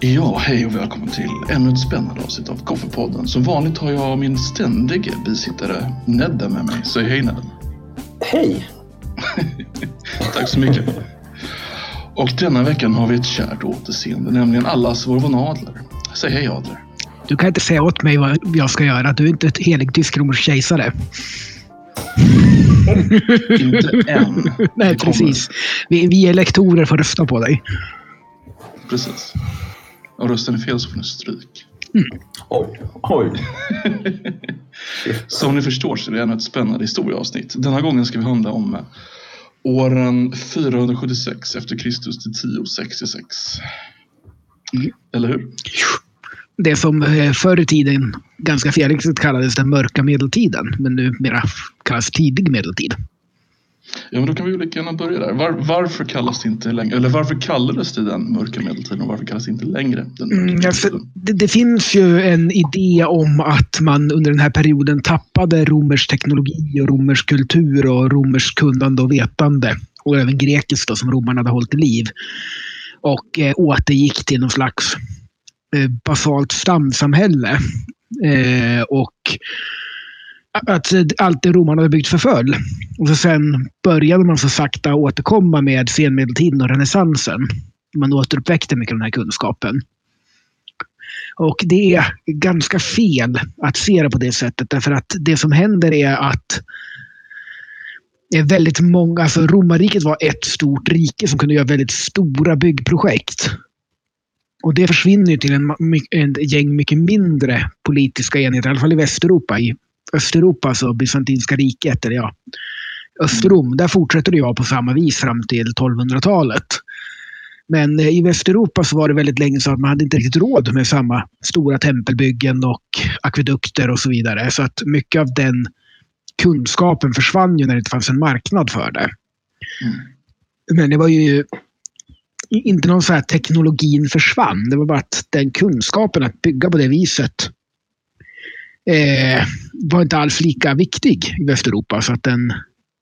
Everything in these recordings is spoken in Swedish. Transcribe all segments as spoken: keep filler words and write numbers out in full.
Ja, hej och välkommen till ännu ett spännande avsnitt av Koffepodden. Som vanligt har jag min ständige bisittare Nedda med mig. Säg hej Nedda. Hej! Tack så mycket. Och denna veckan har vi ett kärt återseende, nämligen allas vår vän Adler. Säg hej Adler. Du kan inte säga åt mig vad jag ska göra. Du är inte ett helig tysk-romersk kejsare. Inte än. Nej, precis. Vi, vi elektorer får rösta på dig. Precis. Och rösten är fel så får ni stryk. Mm. Oj, oj. Som ni förstår så är det ännu ett spännande historieavsnitt. Denna gången ska vi handla om åren fyrahundrasjuttiosex efter Kristus till tio sextiosex. Mm. Eller hur? Det som förr i tiden ganska felaktigt kallades den mörka medeltiden, men numera kallas tidig medeltid. Ja, men då kan vi ju lika gärna börja där. Var, varför kallas det inte längre, eller varför kallades det den mörka medeltiden och varför kallas det inte längre den mörka mm, alltså, det, det finns ju en idé om att man under den här perioden tappade romersk teknologi och romersk kultur och romersk kunnande och vetande och även grekiskt då, som romarna hade hållit i liv och eh, återgick till någon slags eh, basalt stamsamhälle eh, och att allt det romarna hade byggt förföll. Och så sen började man så sakta återkomma med senmedeltiden och renässansen. Man återuppväckte mycket av den här kunskapen. Och det är ganska fel att se det på det sättet. Därför att det som händer är att det är väldigt många, alltså romarriket var ett stort rike som kunde göra väldigt stora byggprojekt. Och det försvinner ju till en, en gäng mycket mindre politiska enheter, i alla fall i Västeuropa. I Östeuropa, alltså Bysantinska riket, eller ja, Östrom, där fortsätter det ju på samma vis fram till tolvhundratalet. Men i Västeuropa så var det väldigt länge så att man hade inte riktigt råd med samma stora tempelbyggen och akvedukter och så vidare. Så att mycket av den kunskapen försvann ju när det inte fanns en marknad för det. Mm. Men det var ju inte någon så här teknologin försvann. Det var bara att den kunskapen att bygga på det viset Eh, var inte alls lika viktig i Västeuropa, så att den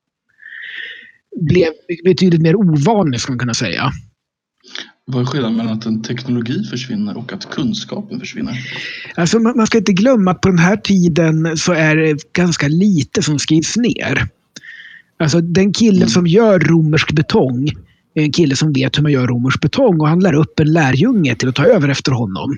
blev betydligt mer ovanlig, ska man kunna säga. Vad är skillnaden mellan att en teknologi försvinner och att kunskapen försvinner? Alltså man, man ska inte glömma att på den här tiden så är det ganska lite som skrivs ner. Alltså den killen mm. som gör romersk betong är en kille som vet hur man gör romersk betong, och han lär upp en lärjunge till att ta över efter honom.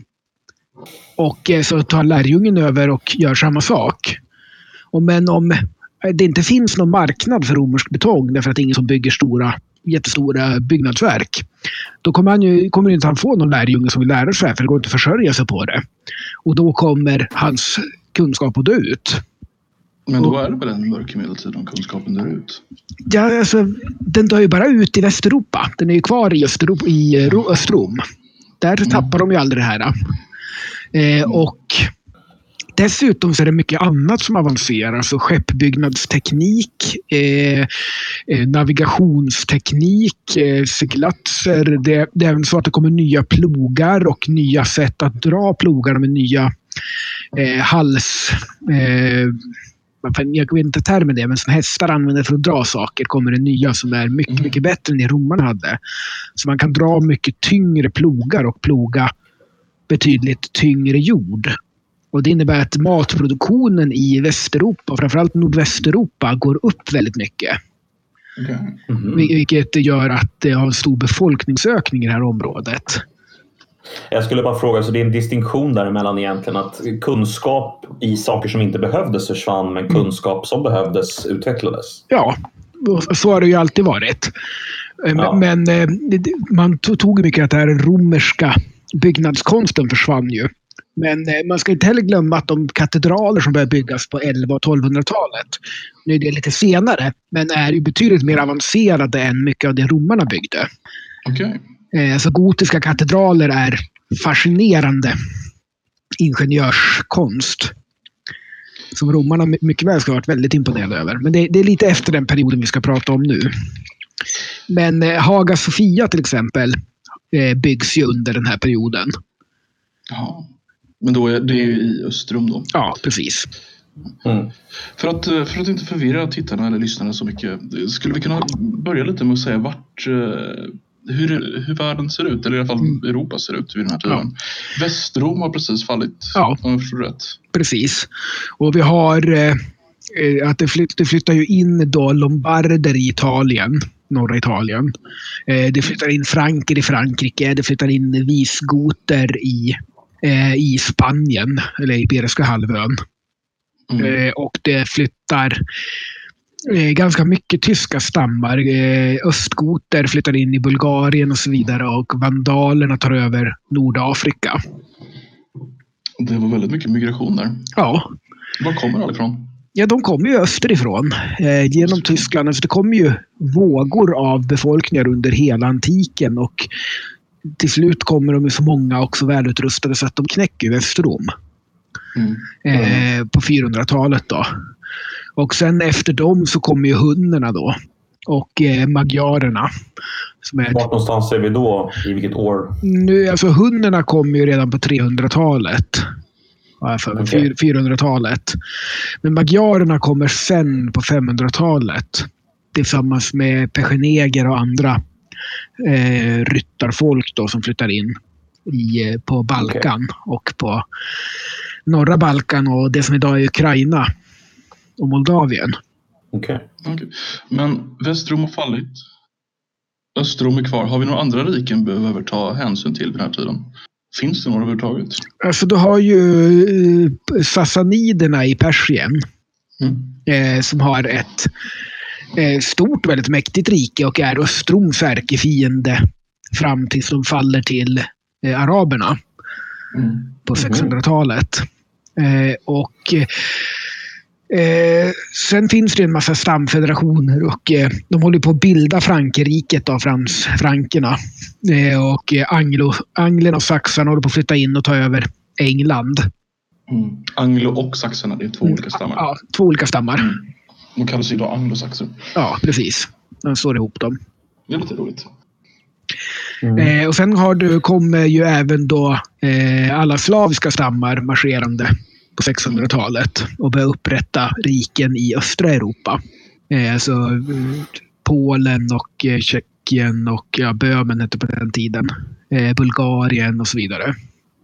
Och så tar lärjungen över och gör samma sak. Och men om det inte finns någon marknad för romersk betong, därför att det är ingen som bygger stora, jättestora byggnadsverk, då kommer han ju kommer inte han få någon lärjunge som vill lära sig, för det går inte att försörja sig på det. Och då kommer hans kunskap att dö ut. Men då är det väl en mörk medeltid om kunskapen dör ut? Ja, alltså den dör ju bara ut i Västeuropa. Den är ju kvar i Östeuropa, i Östrom. Där mm. tappar de ju aldrig det här. Eh, och dessutom så är det mycket annat som avancerar, alltså skeppbyggnadsteknik, eh, eh, navigationsteknik, eh, seglatser. Det, det är även så att det kommer nya plogar och nya sätt att dra plogar med nya eh, hals... Eh, jag vet inte termen det, men som hästar använder för att dra saker kommer det nya som är mycket, mm. mycket bättre än det romarna hade. Så man kan dra mycket tyngre plogar och ploga betydligt tyngre jord. Och det innebär att matproduktionen i Västeuropa, framförallt Nordvästeuropa, går upp väldigt mycket. Okay. Mm-hmm. Vilket gör att det har en stor befolkningsökning i det här området. Jag skulle bara fråga, så det är en distinktion däremellan egentligen, att kunskap i saker som inte behövdes försvann, men kunskap som behövdes utvecklades? Ja, så har det ju alltid varit. Ja. Men man tog mycket att det här romerska byggnadskonsten försvann ju. Men man ska inte heller glömma att de katedraler som började byggas på elva- och tolvhundratalet, nu är det lite senare, men är ju betydligt mer avancerade än mycket av det romarna byggde. Okay. Så gotiska katedraler är fascinerande ingenjörskonst som romarna mycket väl ska ha varit väldigt imponerade över. Men det, det är lite efter den perioden vi ska prata om nu. Men Hagia Sophia till exempel byggs ju under den här perioden. Ja, men då är det i Östrom då? Ja, precis. Mm. För, att, för att inte förvirra tittarna eller lyssnarna så mycket, skulle vi kunna börja lite med att säga vart, hur, hur världen ser ut, eller i alla fall mm. Europa ser ut vid den här tiden. Ja. Västrom har precis fallit, ja. om jag förstår rätt. Precis. Och vi har eh, att det, flytt, det flyttar ju in då lombarder i Italien, norra Italien. Eh, det flyttar in franker i Frankrike, det flyttar in visgoter i, eh, i Spanien, eller i Iberiska halvön. Mm. Eh, och det flyttar eh, ganska mycket tyska stammar. Eh, östgoter flyttar in i Bulgarien och så vidare, och vandalerna tar över Nordafrika. Det var väldigt mycket migration där. Ja. Var kommer alla ifrån? Ja, de kommer ju österifrån eh, genom Tyskland. Alltså, det kommer ju vågor av befolkningar under hela antiken, och till slut kommer de ju så många och så välutrustade så att de knäcker Västrom. Mm. Mm. Eh, på fyrahundratalet då. Och sen efter dem så kommer ju hunnerna då. Och eh, magyarerna. Som är Vart någonstans är vi då? I vilket år? Nu, alltså hunnerna kommer ju redan på trehundratalet. För okay. fyrahundratalet. Men magyarerna kommer sen på femhundratalet. Tillsammans med pecheneger och andra eh, ryttarfolk då, som flyttar in i, på Balkan. Okay. Och på norra Balkan och det som idag är Ukraina och Moldavien. Okej. Okay. Okay. Men Västrom har fallit. Östrom är kvar. Har vi några andra riken behöver ta hänsyn till den här tiden? Finns det några överhuvudtaget? Alltså du har ju eh, Sassaniderna i Persien. Mm. Eh, som har ett eh, stort, väldigt mäktigt rike och är Östroms ärkefiende fram tills de faller till eh, araberna mm. på sexhundratalet. Eh, och eh, sen finns det en massa stamfederationer, och eh, de håller på att bilda Frankrike av Frans, frankerna. Eh, och eh, Anglo, Anglen och saxarna håller på att flytta in och ta över England. Mm. Anglo och saxarna, det är två olika stammar. Ja, två olika stammar. Mm. De kallas ju då anglosaxer. Ja, precis. De står ihop dem. Det är lite roligt. Mm. Eh, och sen har du, kommer ju även då eh, alla slaviska stammar marscherande på sexhundratalet och börjar upprätta riken i östra Europa. Eh, alltså eh, Polen och eh, Tjeckien och ja, Böhmen hette på den tiden. Eh, Bulgarien och så vidare.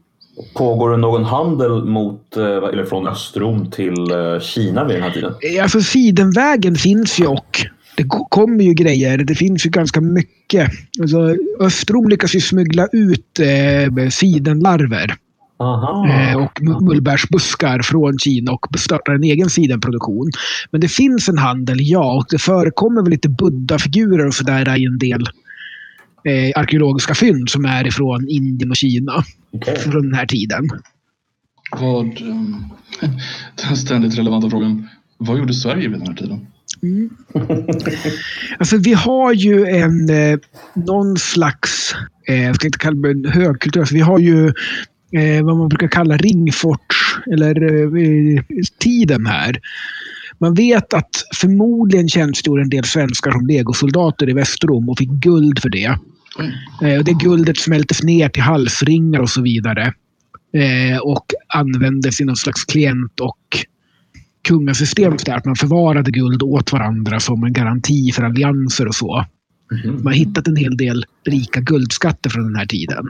Pågår det någon handel mot, eller från Östrom till Kina vid den här tiden? Alltså sidenvägen finns ju, och det kommer ju grejer. Det finns ju ganska mycket. Alltså, Östrom lyckas ju smuggla ut eh, sidenlarver. Eh, och mullbärsbuskar från Kina och startar en egen sidenproduktion. Men det finns en handel, ja, och det förekommer väl lite buddha-figurer och sådär i en del eh, arkeologiska fynd som är ifrån Indien och Kina. Okay. Från den här tiden. Vad, um, den ständigt relevanta frågan, vad gjorde Sverige vid den här tiden? Mm. Alltså vi har ju en eh, någon slags eh, jag ska inte kalla det en högkultur, alltså, vi har ju eh, vad man brukar kalla ringforts eller eh, tiden här. Man vet att förmodligen tjänstgjorde en del svenskar som legosoldater i Västrom och fick guld för det. Mm. Eh, och det guldet smältes ner till halsringar och så vidare. Eh, och användes i någon slags klient- och kungasystemet där, att man förvarade guld åt varandra som en garanti för allianser och så. Mm. Man har hittat en hel del rika guldskatter från den här tiden.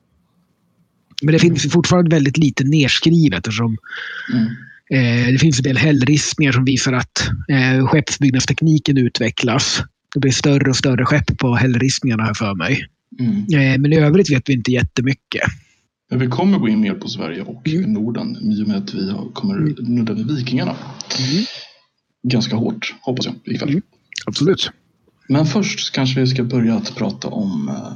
Men det finns fortfarande väldigt lite nedskrivet eftersom mm. eh, det finns en del hällristningar som visar att eh, skeppsbyggnadstekniken utvecklas. Det blir större och större skepp på hällristningarna här för mig. Mm. Eh, men i övrigt vet vi inte jättemycket. Men vi kommer gå in mer på Sverige och mm. Norden i och med att vi kommer mm. nudda vid vikingarna. Mm. Ganska hårt, hoppas jag, ikväll. Mm. Absolut. Men först kanske vi ska börja att prata om eh,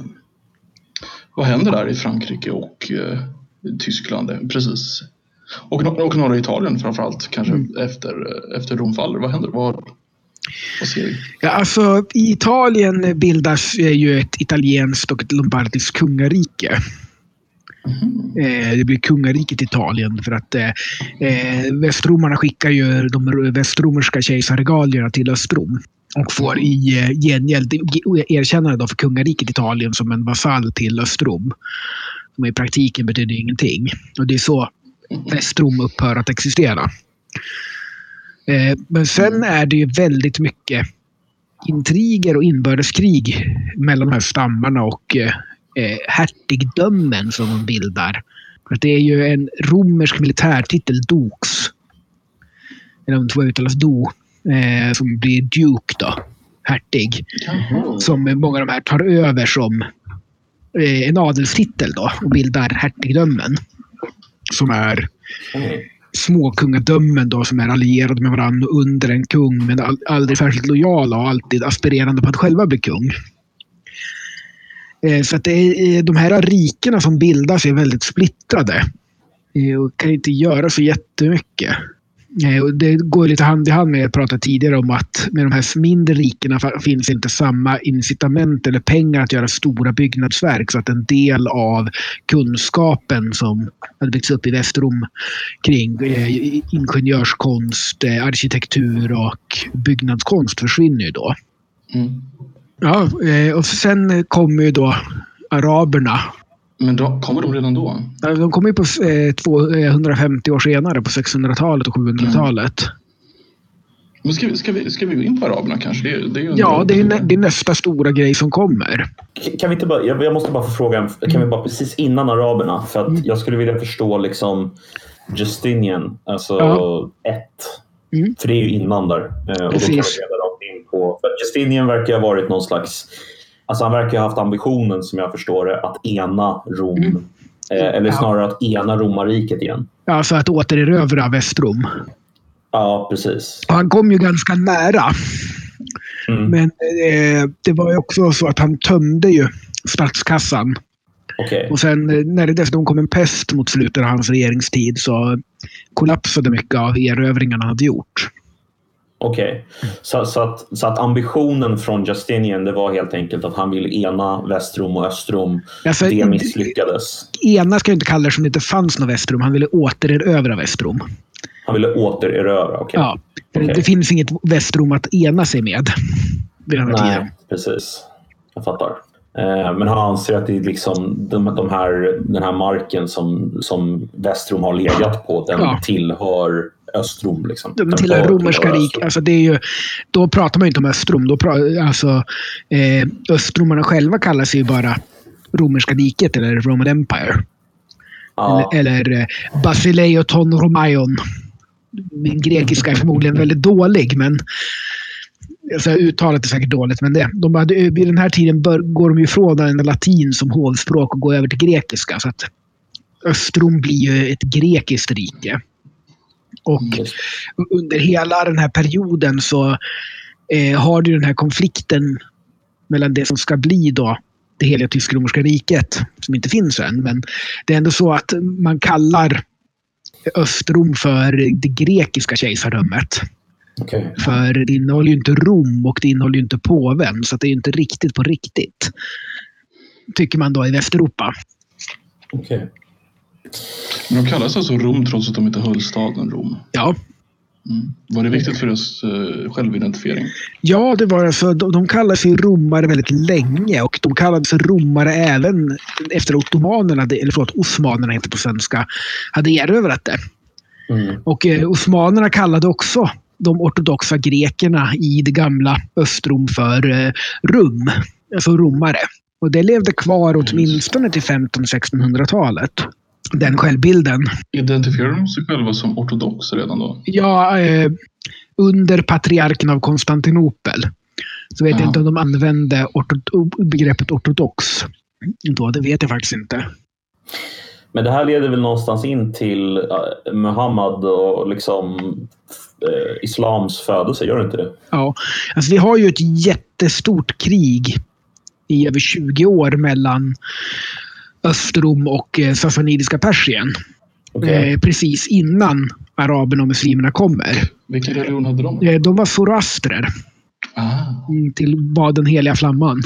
vad händer där i Frankrike och eh, Tyskland, precis. Och, och norra Italien framförallt, kanske mm. efter, efter Romfall. Vad händer? Vad, vad ser vi? Ja, alltså, i Italien bildas ju ett italienskt och ett lombardiskt kungarike. Mm. Det blir kungariket Italien för att eh, västromarna skickar ju de västromerska kejsarregalierna till Östrom och får i eh, gengäld erkännande då för kungariket Italien som en vasall till Östrom. Som i praktiken betyder ingenting. Och det är så Västrom upphör att existera. Eh, men sen är det ju väldigt mycket intriger och inbördeskrig mellan de här stammarna och eh, hertigdömen som de bildar. För det är ju en romersk militärtitel, Dux. Eller om det var uttalas Do. Eh, som blir Duke då. Hertig. Mm. Som många av de här tar över som eh, en adelstitel då. Och bildar hertigdömen. Som är mm. små kungadömen då, som är allierade med varandra under en kung, men aldrig särskilt lojala och alltid aspirerande på att själva bli kung. Så att det är, de här rikena som bildas är väldigt splittrade och kan inte göra så jättemycket. Det går lite hand i hand med att prata tidigare om att med de här mindre rikena finns inte samma incitament eller pengar att göra stora byggnadsverk, så att en del av kunskapen som hade byggts upp i Västrom kring ingenjörskonst, arkitektur och byggnadskonst försvinner ju då. Mm. Ja, och sen kommer ju då araberna. Men då, kommer de redan då? De kommer ju på eh, tvåhundrafemtio år senare, på sexhundratalet och sjuhundratalet. Mm. Men ska vi, ska, vi, ska vi gå in på araberna kanske? Det, det är ju ja, det är, nä, det är nästa stora grej som kommer. Kan vi inte bara, jag, jag måste bara få fråga, kan mm. vi bara precis innan araberna? För att mm. jag skulle vilja förstå liksom Justinian, alltså ja. ett. Mm. För det är ju innan där. Och då kan vi reda rakt in på... För Justinian verkar ha varit någon slags... Alltså han verkar ha haft ambitionen, som jag förstår det, att ena Rom. Mm. Eh, eller snarare ja. att ena romarriket igen. Ja, så att återerövra Västrom. Ja, precis. Och han kom ju ganska nära. Mm. Men eh, det var ju också så att han tömde ju statskassan. Okay. Och sen när det dessutom kom en pest mot slutet av hans regeringstid så kollapsade mycket av erövringarna han hade gjort. Okej, okay. så, så, att, så att ambitionen från Justinian, det var helt enkelt att han ville ena Västrom och Östrom. Alltså, det misslyckades. Ena ska jag inte kalla det som det inte fanns någon Västrom. Han ville återerövra Västrom. Han ville återerövra, okej. Okay. Ja, okay. Det finns inget Västrom att ena sig med. Nej, tiden. Precis. Jag fattar. Eh, men han anser att det är liksom de, de här, den här marken som, som Västrom har legat på, den ja. tillhör Östrom. Liksom. Den tillhör romerska rik. Alltså det är ju, då pratar man ju inte om Östrom. Då pra, alltså, eh, Östromarna själva kallar sig ju bara romerska riket eller Roman Empire. Ja. Eller, eller eh, Basileion Romaion. Min grekiska är förmodligen väldigt dålig, men alltså, uttalet är säkert dåligt, men det, de hade, vid den här tiden bör, går de ju från en latin som hovspråk och går över till grekiska, så att Östrom blir ju ett grekiskt rike. Och mm. under hela den här perioden så eh, har du den här konflikten mellan det som ska bli då det heliga tysk-romerska riket, som inte finns än, men det är ändå så att man kallar Östrom för det grekiska kejsardömet. Okay. För det innehåller ju inte Rom och det innehåller ju inte påven, så det är ju inte riktigt på riktigt, tycker man då i Västeuropa. Okej. Okay. Men de kallas alltså Rom trots att de inte höll staden Rom? Ja. Mm. Var det viktigt för oss uh, självidentifiering? Ja, det var alltså, de, de kallade sig romare väldigt länge, och de kallade sig romare även efter ottomanerna, eller förlåt, osmanerna inte på svenska, hade erövrat det. Mm. Och eh, osmanerna kallade också de ortodoxa grekerna i det gamla Östrom för eh, rum, alltså romare. Och det levde kvar åtminstone till femton-sextonhundratalet. Den självbilden. Identifierar de sig själva som ortodoxa redan då? Ja, eh, under patriarken av Konstantinopel. Så vet Aha. jag inte om de använde orto- begreppet ortodox. Då, det vet jag faktiskt inte. Men det här leder väl någonstans in till uh, Muhammad och liksom uh, islams födelse, gör det inte det? Ja, alltså vi har ju ett jättestort krig i över tjugo år mellan Östrom och eh, sassanidiska Persien. Okay. Eh, precis innan araberna och muslimerna kommer. Vilken religion hade de? Eh, de var zoroastrer. Ah. Till bad den heliga flamman.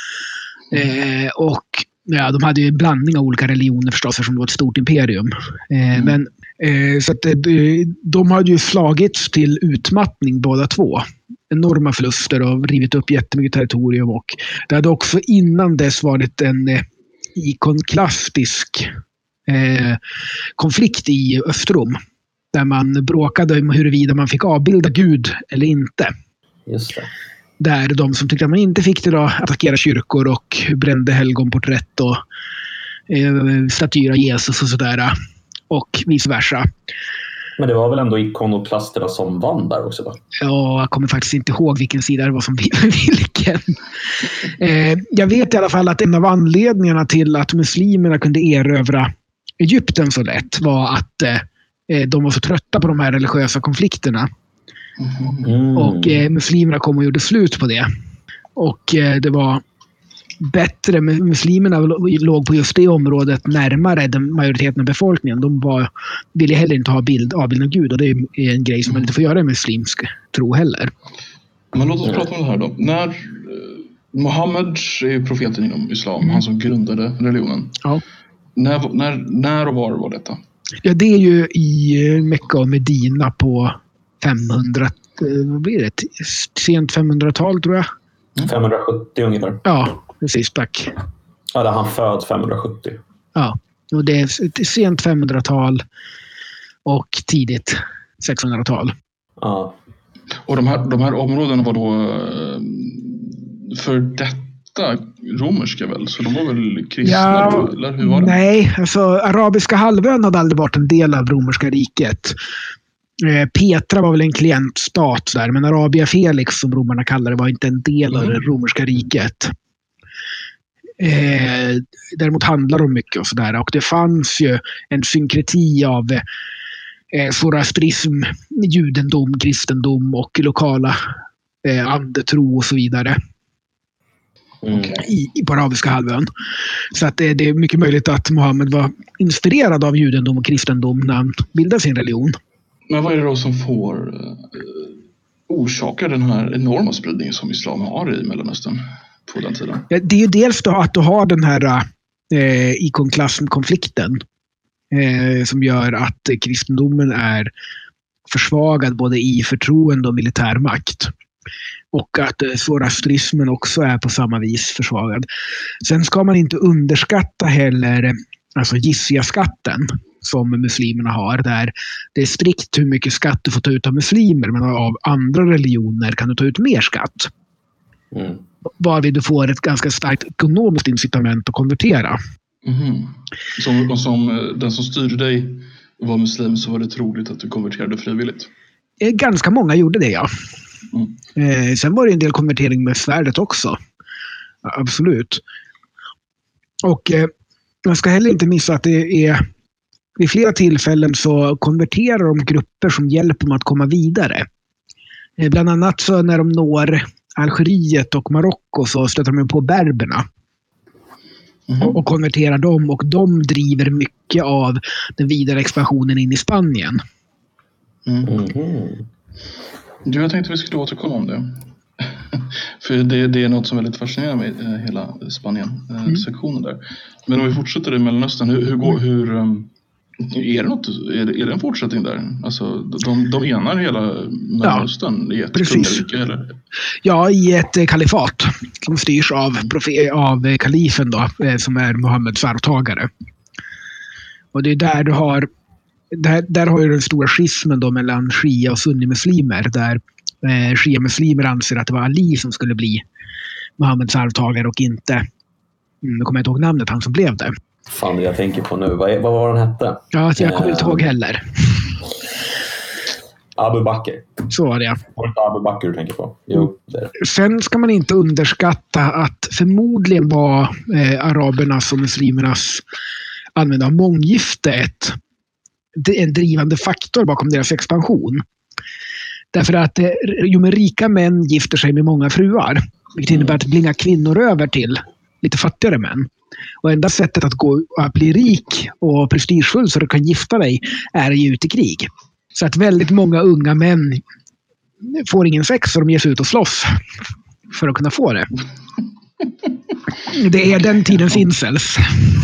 Eh, och ja, de hade ju en blandning av olika religioner förstås, eftersom det var ett stort imperium. Eh, mm. Men eh, så att, eh, de hade ju slagits till utmattning båda två. Enorma förluster och rivit upp jättemycket territorium, och det hade också innan dess varit en eh, ikonklastisk eh, konflikt i Östrom, där man bråkade om huruvida man fick avbilda Gud eller inte. Just det. Där de som tyckte att man inte fick det då attackera kyrkor och brände helgonporträtt och eh, statyer av Jesus och sådär. Och vice versa. Men det var väl ändå ikonoklasterna som vann där också då? Ja, jag kommer faktiskt inte ihåg vilken sida det var som vilken. Eh, jag vet i alla fall att en av anledningarna till att muslimerna kunde erövra Egypten så lätt var att eh, de var så trötta på de här religiösa konflikterna. Mm. Och eh, muslimerna kom och gjorde slut på det. Och eh, det var bättre, muslimerna låg på just det området närmare den majoriteten av befolkningen. De var, ville heller inte ha bild, avbild av Gud, och det är en grej som man inte får göra i muslimsk tro heller. Men låt oss prata om det här då. När eh, Mohammed är profeten inom islam, mm. han som grundade religionen. Ja. När, när, när och var var detta? Ja, det är ju i Mekka och Medina på femhundra, vad blir det? Sent femhundratal tror jag. femhundrasjuttio ungefär. Ja, precis, tack. Ja, där han föds femhundrasjuttio. Ja, och det är sent femhundratal och tidigt sexhundratal. Ja. Och de här, de här områdena var då för detta romerska väl? Så de var väl kristna? Ja, eller hur var det? Nej, alltså arabiska halvön hade aldrig varit en del av romerska riket. Petra var väl en klientstat där, men Arabia Felix som romarna kallar det var inte en del av det romerska riket. Eh, däremot handlar de mycket och sådär, och det fanns ju en synkreti av eh, zoroastrism, judendom, kristendom och lokala eh, andetro och så vidare. Mm. I, i på arabiska halvön. Så att det, det är mycket möjligt att Mohammed var inspirerad av judendom och kristendom när han bildade sin religion. Men vad är det då som får eh, orsaka den här enorma spridningen som islam har i Mellanöstern på den tiden? Ja, det är ju dels då att du har den här eh, ikonklasskonflikten eh, som gör att kristendomen är försvagad både i förtroende och militärmakt. Och att eh, zoroastrismen också är på samma vis försvagad. Sen ska man inte underskatta heller alltså jizya-skatten som muslimerna har, där det är strikt hur mycket skatt du får ta ut av muslimer, men av andra religioner kan du ta ut mer skatt. Mm. Varvid du får ett ganska starkt ekonomiskt incitament att konvertera. Mm. Som, som den som styrde dig var muslim, så var det troligt att du konverterade frivilligt? Ganska många gjorde det, ja. Mm. Eh, sen var det en del konvertering med svärdet också. Absolut. Och eh, man ska heller inte missa att det är vid flera tillfällen så konverterar de grupper som hjälper dem att komma vidare. Eh, bland annat så när de når Algeriet och Marocko så stöter de på berberna. Mm. Och, och konverterar dem, och de driver mycket av den vidare expansionen in i Spanien. Mm. Mm. Du, jag tänkte att vi skulle återkomma om det. För det, det är något som väldigt fascinerar mig, hela Spanien-sektionen där. Men om vi fortsätter i Mellanöstern, hur, hur går, hur, är det något, är det, är det en fortsättning där? Alltså, de, de enar hela Mellanöstern ja, i ett kungarike, eller? Ja, i ett kalifat som styrs av, profe- av kalifen då, som är Mohammeds arvtagare. Och det är där du har Där, där har ju den stora schismen då mellan shia och sunnimuslimer, där eh, shia-muslimer anser att det var Ali som skulle bli Mohammeds arvtagare och inte, mm, jag kommer inte ihåg namnet, han som blev det. Fan, jag tänker på nu. Vad, vad var han hette? Ja, jag kommer inte ihåg heller. Abu Bakr. Så var det. Var det Abu Bakr du tänker på? Jo, det. Sen ska man inte underskatta att förmodligen var eh, arabernas och muslimernas användande av månggifte ett en drivande faktor bakom deras expansion. Därför att eh, jo, men rika män gifter sig med många fruar, vilket innebär att det blir inga kvinnor över till lite fattigare män. Och enda sättet att gå att bli rik och prestigefull så du kan gifta dig är att ge ut i krig. Så att väldigt många unga män får ingen sex, så de ger sig ut och slåss för att kunna få det. Det är den tidens incels.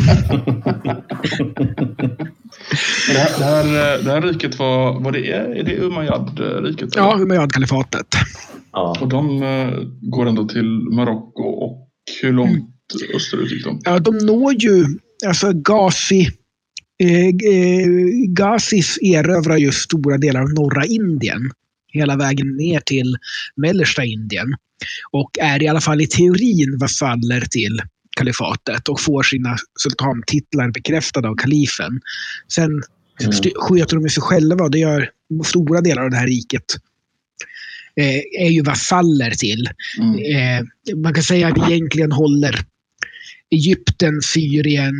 Det här, det, här, det här riket var, vad det är, är det Umayyad-riket? Ja, Umayyad-kalifatet. Ja. Och de uh, går ändå till Marocko, och hur långt mm. österut gick de? Ja, de når ju, alltså Ghazi, eh, Ghazis erövrar ju stora delar av norra Indien. hela vägen ner till mellersta Indien. Och är i alla fall i teorin vasaller till kalifatet och får sina sultantitlar bekräftade av kalifen. Sen mm. sköter de sig själva och det gör stora delar av det här riket eh, är ju vasaller till. Mm. Eh, man kan säga att egentligen håller Egypten, Syrien,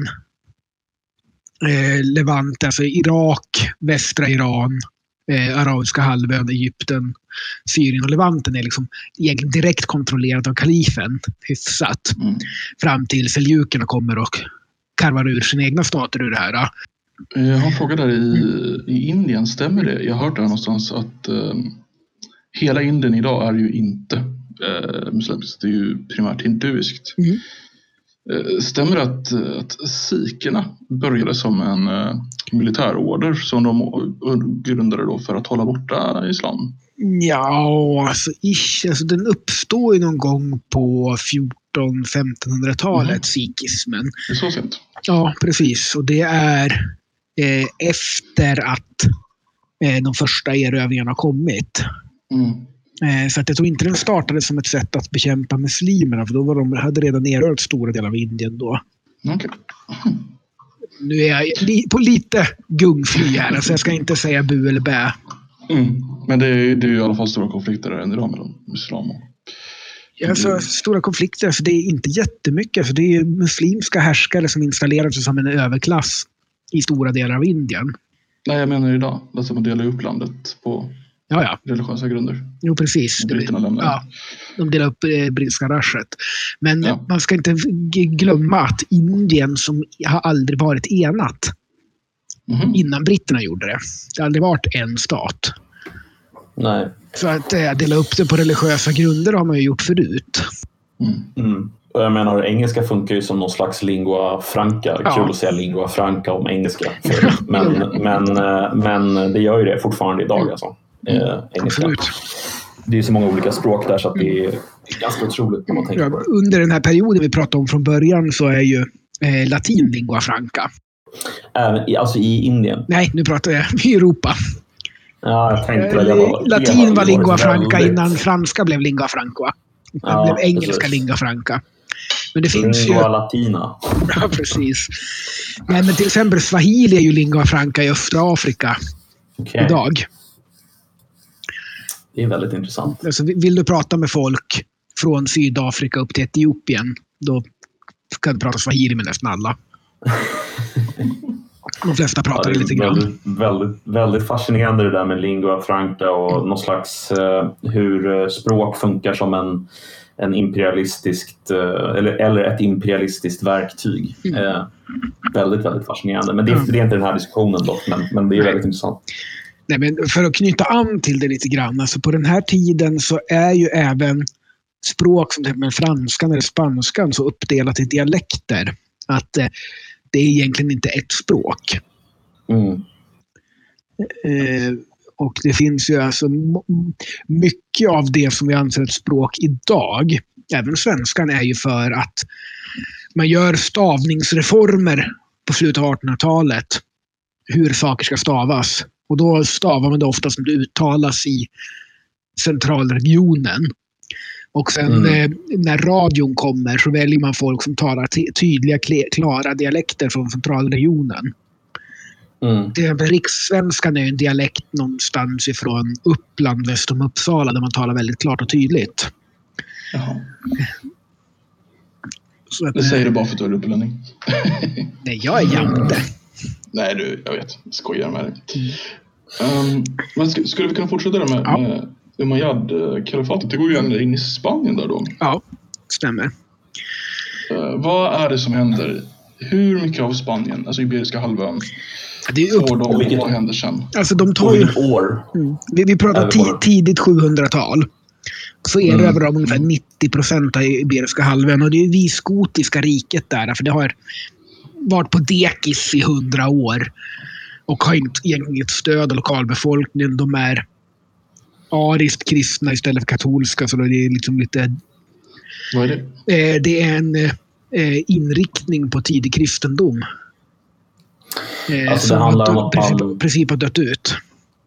eh, Levant, alltså Irak, västra Iran, eh, arabiska halvön, Egypten, Syrien och Levanten är liksom egentligen direkt kontrollerat av kalifen, hyfsat. Mm. Fram till seljukerna kommer och karvar ur sina egna stater ur det här. Jag har en fråga där i, i Indien, stämmer det? Jag har hört där någonstans att eh, hela Indien idag är ju inte eh, muslimskt, det är ju primärt hinduiskt. Mm. Stämmer det att, att sikherna började som en uh, militärorder som de grundade då för att hålla borta islam? Ja, alltså, ish, alltså den uppstår ju någon gång på fjorton-femtonhundratalet, mm. sikhismen. Det är så sent. Ja, precis. Och det är eh, efter att eh, de första erövringarna har kommit. Mm. Så att jag tror inte den startade som ett sätt att bekämpa muslimerna, för då var de, hade redan erövrat stora delar av Indien då. Okay. Nu är jag li, på lite gungfly här, alltså jag ska inte säga bu eller bä. Mm. Men det är, det är ju i alla fall stora konflikter än idag mellan muslim och... Ja, alltså, stora konflikter, alltså, det är inte jättemycket. Alltså, det är muslimska härskare som installerar sig som en överklass i stora delar av Indien. Nej, jag menar idag. Alltså man delar upp landet på... Ja, ja. religiösa grunder. Jo, precis. Ja, de delar upp eh, brittiska raschet. Men ja. Man ska inte glömma att Indien som har aldrig varit enat mm-hmm. innan britterna gjorde det. Det har aldrig varit en stat. Nej. Så att eh, dela upp det på religiösa grunder har man ju gjort förut. Mm. Mm. Och jag menar, engelska funkar ju som någon slags lingua franca. Ja. Kul att säga lingua franca om engelska. Men, men, men det gör ju det fortfarande idag alltså. Mm. Eh, engelska. Det är ju så många olika språk där så att det är ganska otroligt när man tänker ja, på det. Under den här perioden vi pratade om från början så är ju eh, latin lingua franca. Även i, alltså i Indien? Nej, nu pratar jag i Europa. Ja, jag tänkte väl. Jag var, latin var, var lingua franca väldigt... innan franska blev lingua franca. Det ja, blev engelska precis. Lingua franca. Men det finns lingua ju... latina. Ja, precis. Nej, men till exempel swahili är ju lingua franca i östra Afrika okay. idag. Det är väldigt intressant. Alltså, vill du prata med folk från Sydafrika upp till Etiopien, då kan du prata swahili med nästan alla. De flesta pratar ja, lite grann. Väldigt, väldigt, väldigt fascinerande det där med lingua franca och mm. någon slags uh, hur språk funkar som en, en imperialistiskt uh, eller, eller ett imperialistiskt verktyg. Mm. Uh, väldigt, väldigt fascinerande. Men det, mm. det är inte den här diskussionen dock, men, men det är väldigt intressant. Nej, men för att knyta an till det lite grann, alltså på den här tiden så är ju även språk som till exempel franskan eller spanskan så uppdelat i dialekter att eh, det är egentligen inte ett språk. Mm. Eh, och det finns ju alltså mycket av det som vi anser ett språk idag, även svenskan, är ju för att man gör stavningsreformer på slutet av artonhundratalet, hur saker ska stavas. Och då stavar man det ofta som det uttalas i centralregionen. Och sen mm. eh, när radion kommer så väljer man folk som talar t- tydliga, klara dialekter från centralregionen. Mm. Till exempel rikssvenskan är en dialekt någonstans ifrån Uppland, väst om Uppsala, där man talar väldigt klart och tydligt. Jaha. Så att, det säger du bara för att du är upplänning. Nej, jag är jante. Nej, du, jag vet. Jag skojar med dig. Mm. Um, men sk- skulle vi kunna fortsätta där med, ja. med Umayyad-kalifatet? Det går ju ända in i Spanien där då. Ja, stämmer. Uh, vad är det som händer? Hur mycket av Spanien, alltså Iberiska halvön, det är upp... får de, vilket... vad händer sen? Alltså de tar ju... år. Mm. Vi, vi pratar t- tidigt sjuhundratal. Så erövrar mm. de ungefär nittio procent av Iberiska halvön. Och det är visgotiska riket där, för det har varit på dekis i hundra år. Och har inte inget stöd av lokalbefolkningen. De är ariskt kristna istället för katolska. Så det är liksom lite... Vad är det? Eh, det är en eh, inriktning på tidig kristendom. Eh, alltså som det handlar att om att princip, man... princip har dött ut.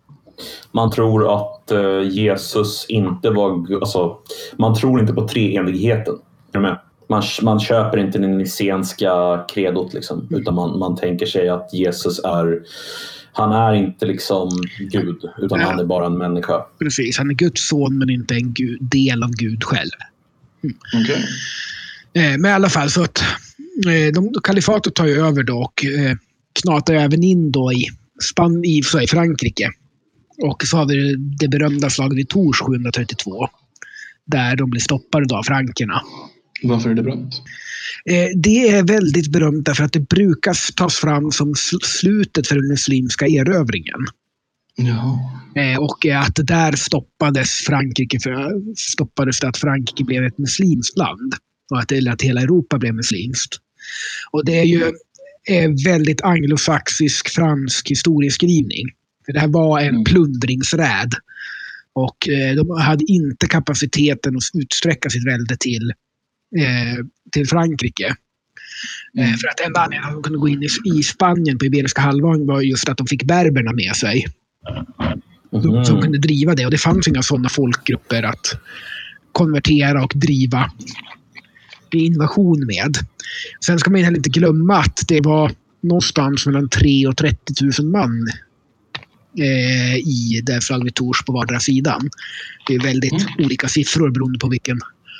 Man tror att uh, Jesus inte var... Alltså, man tror inte på treenigheten. Är du med? Man, man köper inte den nicenska kredot liksom, utan man, man tänker sig att Jesus är... Han är inte liksom Gud, utan ja. Han är bara en människa. Precis, han är Guds son men inte en Gud, del av Gud själv. Mm. Okay. Eh, men i alla fall så att eh, de, kalifatet tar ju över då och eh, knatar även in då i, Span, i, så i Frankrike. Och så har vi det berömda slaget i Tours sjuhundratrettiotvå. Där de blir stoppade då av frankerna. Varför är det berömt? Eh, det är väldigt berömt därför att det brukar tas fram som slutet för den muslimska erövringen. Ja. Eh, och att där stoppades Frankrike för, stoppades det att Frankrike blev ett muslimskt land. Och att, eller att hela Europa blev muslimskt. Och det är ju är väldigt anglosaxisk fransk historieskrivning. För det här var en mm. plundringsräd. Och eh, de hade inte kapaciteten att utsträcka sitt välde till, eh, till Frankrike. Mm. Eh, för att enda anledningen att de kunde gå in i, i Spanien på Iberiska halvön var just att de fick berberna med sig. Mm. Som, som kunde driva det. Och det fanns inga sådana folkgrupper att konvertera och driva invasion med. Sen ska man heller inte glömma att det var någonstans mellan tre och trettio tusen man eh, i det slaget vid Tours på vardera sidan. Det är väldigt mm. olika siffror beroende på vilken.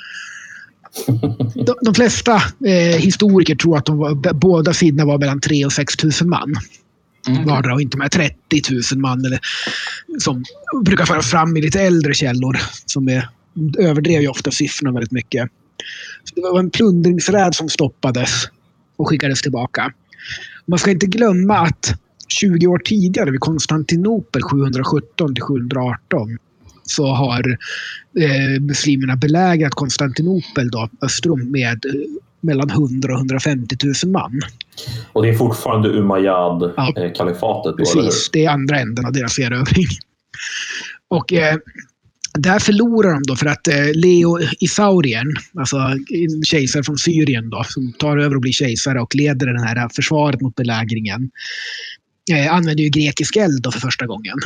De, de flesta eh, historiker tror att de var, båda sidorna var mellan tre och sex tusen man. Mm. Vardera och inte med trettio tusen man eller, som brukar föras fram i lite äldre källor som är, överdrev ju ofta siffrorna väldigt mycket. Så det var en plundringsräd som stoppades och skickades tillbaka. Man ska inte glömma att tjugo år tidigare vid Konstantinopel sjuhundrasjutton till sjuhundraarton så har eh, muslimerna belägrat Konstantinopel då, österom med eh, mellan hundra och hundrafemtio tusen man. Och det är fortfarande Umayyad-kalifatet? Ja, precis, det är andra änden av deras erövring. Och eh, där förlorar de då för att eh, Leo Isaurien, alltså en kejsare från Syrien då, som tar över och blir kejsare och leder den här försvaret mot belägringen, eh, använder ju grekisk eld då för första gången.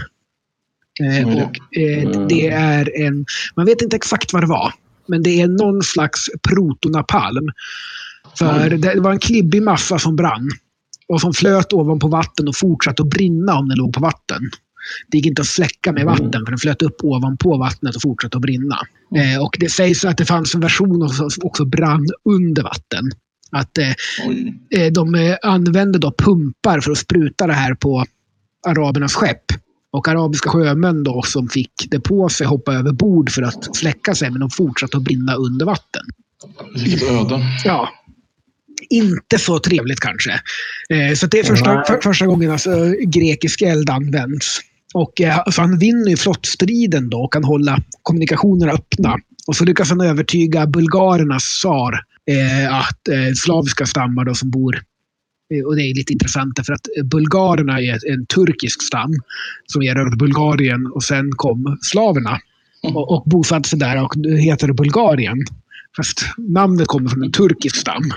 Eh, mm. Och eh, det är en, man vet inte exakt vad det var, men det är någon slags protonapalm. För mm. det var en klibbig massa som brann och som flöt ovanpå vatten och fortsatte att brinna om den låg på vatten. Det gick inte att släcka med vatten för den flöt upp ovanpå vattnet och fortsatte att brinna. Mm. Eh, och det sägs att det fanns en version som också brann under vatten. Att eh, de eh, använde då pumpar för att spruta det här på arabernas skepp. Och arabiska sjömän då som fick det på sig hoppa över bord för att släcka sig, men de fortsatte att brinna under vatten. Vilket öde. Ja. Inte så trevligt kanske. Eh, så det är första, för, första gången alltså, grekisk eld används. Och eh, alltså, han vinner ju flottstriden då och kan hålla kommunikationerna öppna. Och så lyckas han övertyga bulgarernas tsar eh, att eh, slaviska stammar då, som bor, eh, och det är lite intressant för att bulgarerna är en turkisk stam som erövrade Bulgarien och sen kom slaverna och, och bosatte sig där och det heter Bulgarien. Fast namnet kommer från en turkisk stam.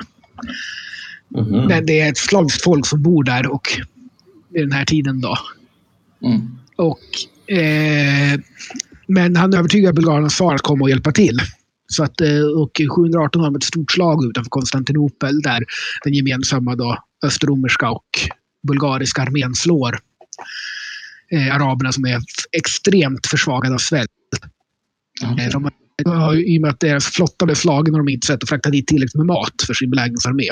Mm-hmm. Men det är ett slaviskt folk som bor där och i den här tiden då. Mm. Och, eh, men han övertygar bulgarernas tsar att komma och hjälpa till. Så att, och sjuhundraarton har ett stort slag utanför Konstantinopel där den gemensamma då, östromerska och bulgariska armén slår eh, araberna som är extremt försvagade av svält. Okay. Eh, de, I och med att deras flotta blev slagen har de inte sett att frakta dit tillräckligt med mat för sin belägringsarmé.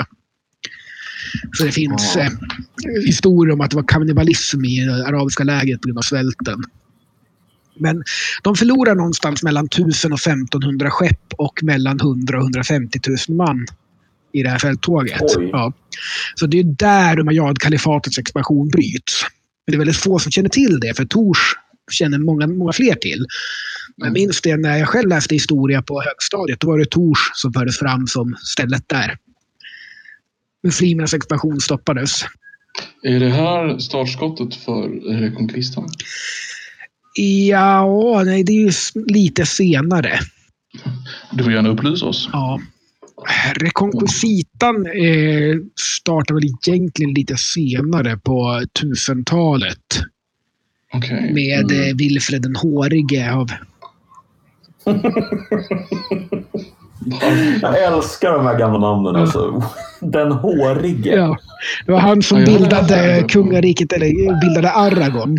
Så det finns eh, historier om att det var kannibalism i det arabiska lägret på grund av svälten. Men de förlorar någonstans mellan tusen och femtonhundra skepp och mellan hundra och hundrafemtio tusen man i det här fälttåget. Ja. Så det är där Umayyad-kalifatets expansion bryts. Men det är väldigt få som känner till det, för Tours känner många, många fler till. Men jag minns det när jag själv läste historia på högstadiet, då var det Tours som fördes fram som stället där muslimernas expansion stoppades. Är det här startskottet för Reconquistan? Ja, nej, det är ju lite senare. Du får gärna upplysa oss. Ja. Reconquistan eh, startade väl egentligen lite senare på tusentalet. Okay. Med mm. Wilfred den hårige av... Jag älskar de här gamla namnen. Ja. Alltså. Den hårige. Ja. Det var han som ja, bildade kungariket, eller bildade Aragon.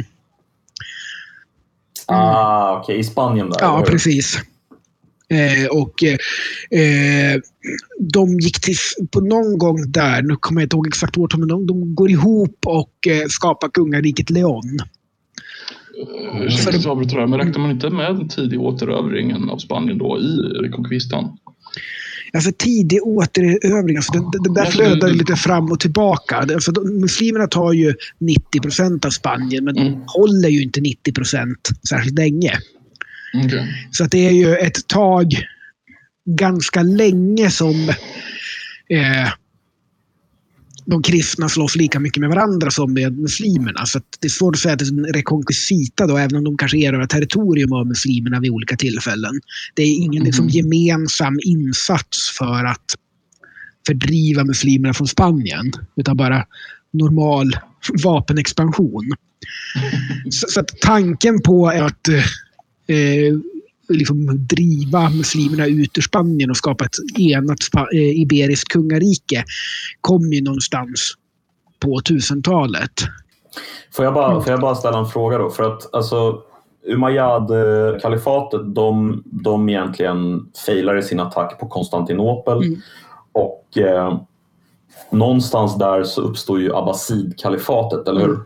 Ah, okej. Okay. I Spanien där. Ja, precis. Eh, och eh, de gick till på någon gång där, nu kommer jag inte ihåg exakt årtal, men de, de går ihop och eh, skapar kungariket Leon. Ursäkta, mm. det, men räknar man inte med den tidiga återövringen av Spanien då i Reconquistan? Alltså tidig återövring, alltså det, det, det där flödar det, lite fram och tillbaka. Alltså, de, muslimerna tar ju nittio procent av Spanien, men mm. de håller ju inte nittio procent särskilt länge. Okay. Så att det är ju ett tag ganska länge som eh, de kristna slåss lika mycket med varandra som med muslimerna. Så att det är svårt att säga att det är en rekonkvisita då, även om de kanske erövrar territorium av muslimerna vid olika tillfällen. Det är ingen mm. liksom, gemensam insats för att fördriva muslimerna från Spanien, utan bara normal vapenexpansion. Mm. Så, så att tanken på att eh, liksom driva muslimerna ut ur Spanien och skapa ett enat spa- eh, iberiskt kungarike kom ju någonstans på tusentalet. Får jag bara, får jag bara ställa en fråga då? För att alltså, Umayyad-kalifatet, de, de egentligen failar i sin attack på Konstantinopel. Mm. Och eh, någonstans där så uppstår ju Abbasid-kalifatet, eller hur? Mm.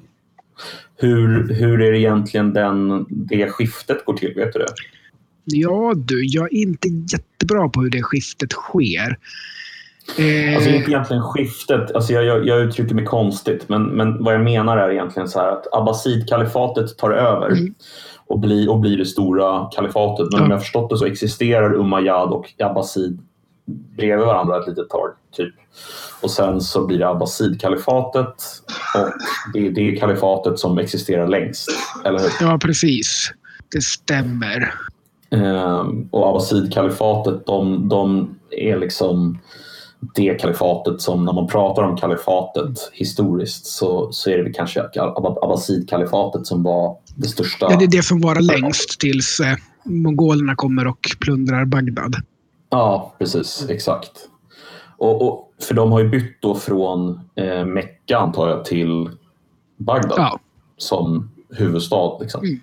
Hur, hur är det egentligen den, det skiftet går till, vet du det? Ja du, jag är inte jättebra på hur det skiftet sker. Eh... Alltså inte egentligen skiftet, alltså jag, jag, jag uttrycker mig konstigt, men, men vad jag menar är egentligen så här att Abbasid-kalifatet tar över mm. och, blir, och blir det stora kalifatet. Men ja. om jag har förstått det så existerar Umayyad och Abbasid bredvid varandra ett litet tag, typ. Och sen så blir det Abbasid-kalifatet och det är det kalifatet som existerar längst, eller hur? Ja, precis. Det stämmer. Ehm, och Abbasid-kalifatet, de, de är liksom det kalifatet som, när man pratar om kalifatet historiskt, så, så är det kanske Abbasid-kalifatet som var det största. Ja, det är det som var längst tills eh, mongolerna kommer och plundrar Bagdad. Ja, precis. Exakt. Och, och, för de har ju bytt då från eh, Mecka, antar jag, till Bagdad ja. som huvudstad liksom. Mm.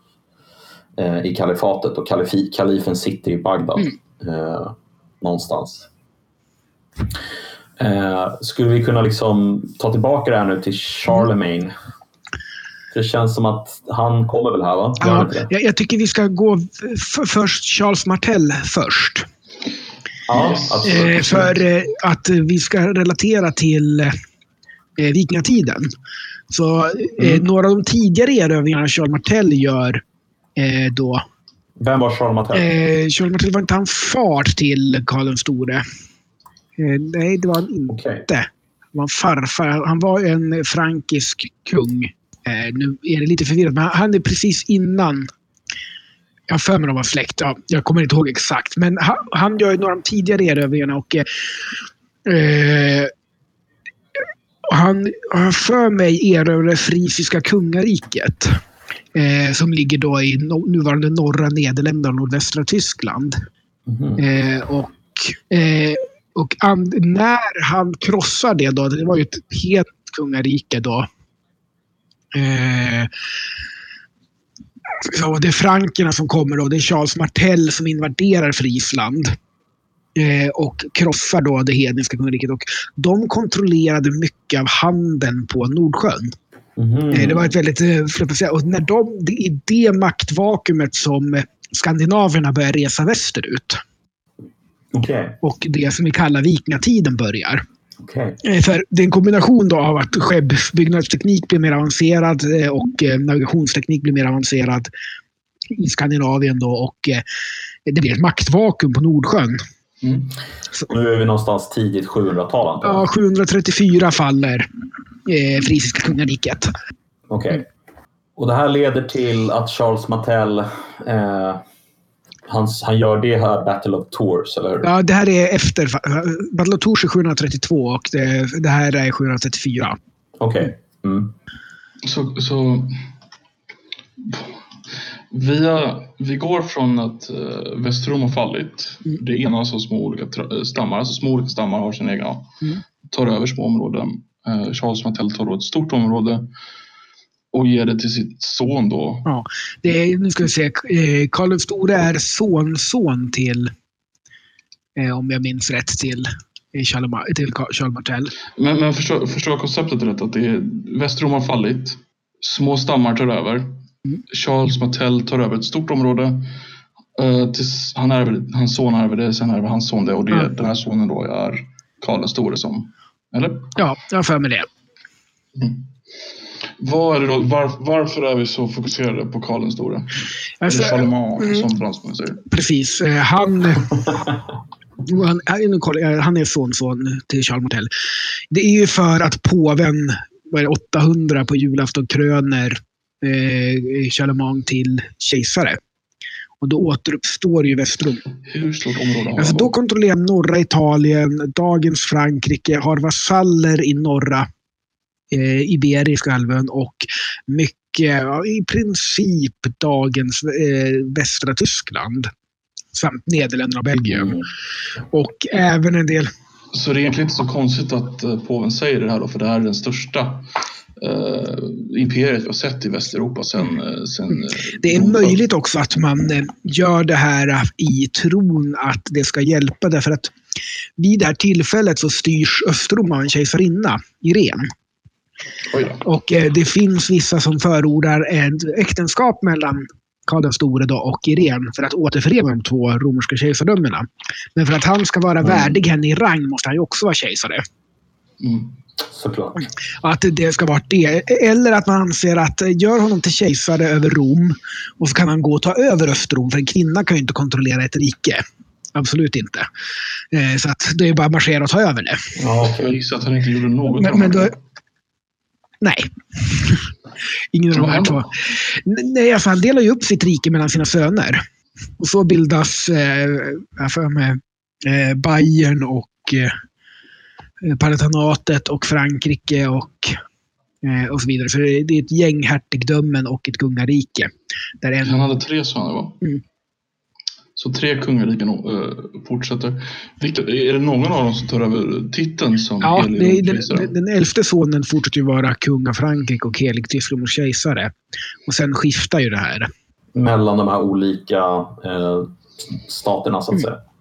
Eh, i kalifatet. Och kalifi, kalifen sitter i Bagdad mm. eh, någonstans. Eh, skulle vi kunna liksom ta tillbaka det här nu till Charlemagne? Mm. Det känns som att han kommer väl här, va? Ja, jag, jag tycker vi ska gå f- först Charles Martel först. Ja, eh, för eh, att vi ska relatera till eh, vikingatiden. Så eh, mm. några av de tidigare erövringarna Charles Martel gör eh, då. Vem var Charles Martel? Eh, Charles Martel var inte han far till Karl den store. Eh, nej, det var han inte. Okay. Han var en farfar. Han var en frankisk kung. Eh, nu är det lite förvirrat, men han är precis innan. Jag har för mig att de var släkt. Ja, jag kommer inte ihåg exakt. Men han, han gör ju några av de tidigare erövringarna. Och eh, han har för mig erövrade frisiska kungariket. Eh, som ligger då i no, nuvarande norra Nederländerna och nordvästra Tyskland. Mm. Eh, och eh, och and, när han krossar det då, det var ju ett helt kungarike då. Eh, Så det är frankerna som kommer då. Det är Charles Martel som invaderar Friesland eh, och krossar då det hedniska kungariket. Och de kontrollerade mycket av handeln på Nordsjön. Mm. Eh, det var ett väldigt eh, och när de, det är det maktvakuumet som skandinaverna börjar resa västerut. Okay. Och det som vi kallar vikingatiden börjar. Okay. För det är en kombination då av att skeppsbyggnadsteknik blir mer avancerad och navigationsteknik blir mer avancerad i Skandinavien då, och det blir ett maktvakuum på Nordsjön. Mm. Nu är vi någonstans tidigt sjuhundratal. Ja, sjuhundratrettiofyra faller eh, frisiska kungariket. Okej. Okay. Och det här leder till att Charles Martel eh, Han, han gör det här Battle of Tours, eller hur? Ja, det här är efter. Battle of Tours är sjuhundratrettiotvå och det, det här är sjuhundratrettiofyra. Okej. Okay. Mm. Så, så Vi, vi går från att uh, Västrom har fallit. Mm. Det ena alltså små olika tra- stammar. Alltså små olika stammar har sin egna. Mm. Tar över små områden. Uh, Charles Martel tar då ett stort område. Och ger det till sitt son då. Ja, det är, nu ska vi se. Karl den store är sonson till, eh, om jag minns rätt, till Charles, till Charles Martel. Men, men förstår, förstår konceptet rätt? Att det är, Västrom har fallit. Små stammar tar över. Mm. Charles Martel tar över ett stort område. Uh, tills han ärver, hans son ärver det, sen ärver hans son det. Och det, mm. den här sonen då är Karl den store som... Eller? Ja, jag har för mig det. Mm. Vad är det då, var, varför är vi så fokuserade på Karl den store? Alltså, Eller Charlemagne, mm, som fransman säger. Precis. Han, han, han är sonson till Charles Martel. Det är ju för att påven vad är det, åttahundra på julafton kröner eh, Charlemagne till kejsare. Och då återuppstår ju Västrom. Hur stort område har alltså, då kontrollerar norra Italien, dagens Frankrike, har vasaller i norra eh, Iberiska halvön och mycket, ja, i princip dagens eh, västra Tyskland samt Nederländerna och Belgien. Mm. Och även en del... Så det är egentligen inte så konstigt att uh, påven säger det här då, för det här är den största Uh, imperiet vi har sett i Västeuropa sen, uh, sen uh, det är möjligt också att man uh, gör det här uh, i tron att det ska hjälpa, därför att vid det här tillfället så styrs Östrom av en kejsarinna, Irene. Och uh, det finns vissa som förordar ett äktenskap mellan Karl den store då och Irene för att återförena de två romerska kejsardömena. Men för att han ska vara mm. värdig henne i rang måste han ju också vara kejsare. Mm. Såklart. Att det ska vara det. Eller att man anser att gör honom till kejsare över Rom och så kan han gå och ta över Östrom, för en kvinna kan ju inte kontrollera ett rike. Absolut inte. Eh, så att det är bara att marschera och ta över det. Ja, jag gissar att han inte gjorde något. Men, men då... Nej. Ingen av de här två. Nej, alltså han delar ju upp sitt rike mellan sina söner. Och så bildas eh, för med, eh, Bayern och eh, Palatanatet och Frankrike och, eh, och så vidare. Så det, det är ett gäng hertigdömen och ett kungarike. Där en... Han hade tre söner, va? Mm. Så tre kungariken äh, fortsätter. Vilka, är det någon av dem som tar över titeln som ja, helig det, den, kejsare? Den elfte sonen fortsätter ju vara kung av Frankrike och helig tysk kejsare. Och sen skiftar ju det här. Mellan de här olika eh, staterna så att säga. Mm.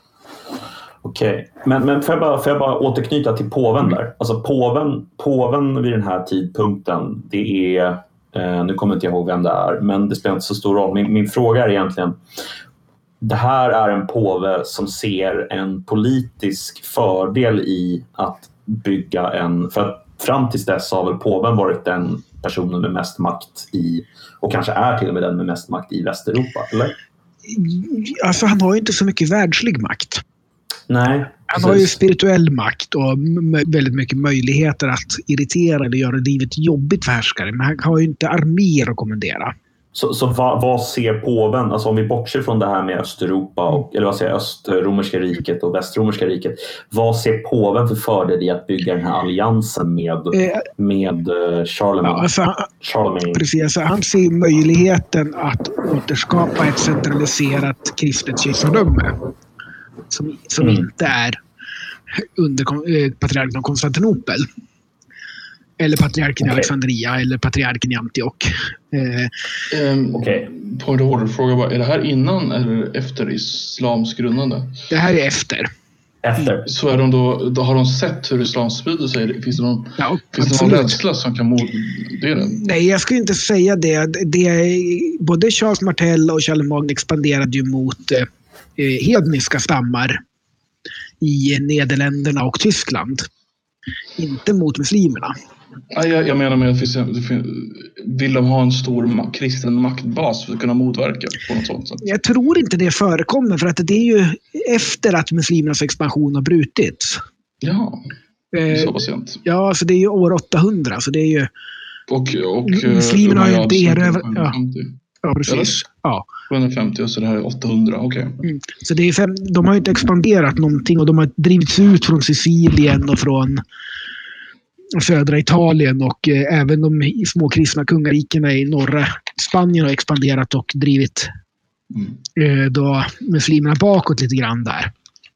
Okej, okay. men, men får, jag bara, får jag bara återknyta till påven där? Alltså påven, påven vid den här tidpunkten, det är, eh, nu kommer inte jag ihåg vem det är, men det spelar inte så stor roll. Min, min fråga är egentligen, det här är en påve som ser en politisk fördel i att bygga en, för att fram tills dess har väl påven varit den personen med mest makt i, och kanske är till och med den med mest makt i Västeuropa, eller? Alltså han har ju inte så mycket världslig makt. Nej, han har ju spirituell makt och m- väldigt mycket möjligheter att irritera eller göra livet jobbigt för härskare. Men han har ju inte arméer att kommendera. Så, så vad, vad ser påven, alltså om vi bortser från det här med Östeuropa, och, eller vad säger Östromerska riket och Västromerska riket. Vad ser påven för fördel i att bygga den här alliansen med, eh, med Charlemagne? Ja, alltså, Charlemagne? Precis, alltså, han ser möjligheten att återskapa ett centraliserat kristet kejsardöme. Som, som mm. inte är under eh, patriarken av Konstantinopel. Eller patriarken i okay. Alexandria eller patriarken i Antioch. Eh, um, okay. På en hårdfråga bara, är det här innan eller efter islams grundande? Det här är efter. Efter. Så är de då, då har de sett hur islam sprider sig? Finns det någon, ja, finns det någon rädsla som kan mot det? Nej, jag skulle inte säga det. det både Charles Martel och Charlemagne expanderade ju mot eh, hedniska stammar i Nederländerna och Tyskland. Inte mot muslimerna. Ja, jag, jag menar med att finns, vill de ha en stor kristen maktbas för att kunna motverka på något sånt sätt? Jag tror inte det förekommer, för att det är ju efter att muslimernas expansion har brutits. Ja, eh, så pass sent. Ja, så det är ju år åttahundra, så det är ju... Och, och muslimerna har ju inte erövrat... Ja. Ja, precis. Eller? Ja. sjuhundrafemtio, så det här är åttahundra, okej. Okay. Mm. Så det är fem, de har ju inte expanderat någonting och de har drivits ut från Sicilien och från södra Italien och eh, även de små kristna kungarikena i norra Spanien har expanderat och drivit mm. eh, då muslimerna bakåt lite grann där.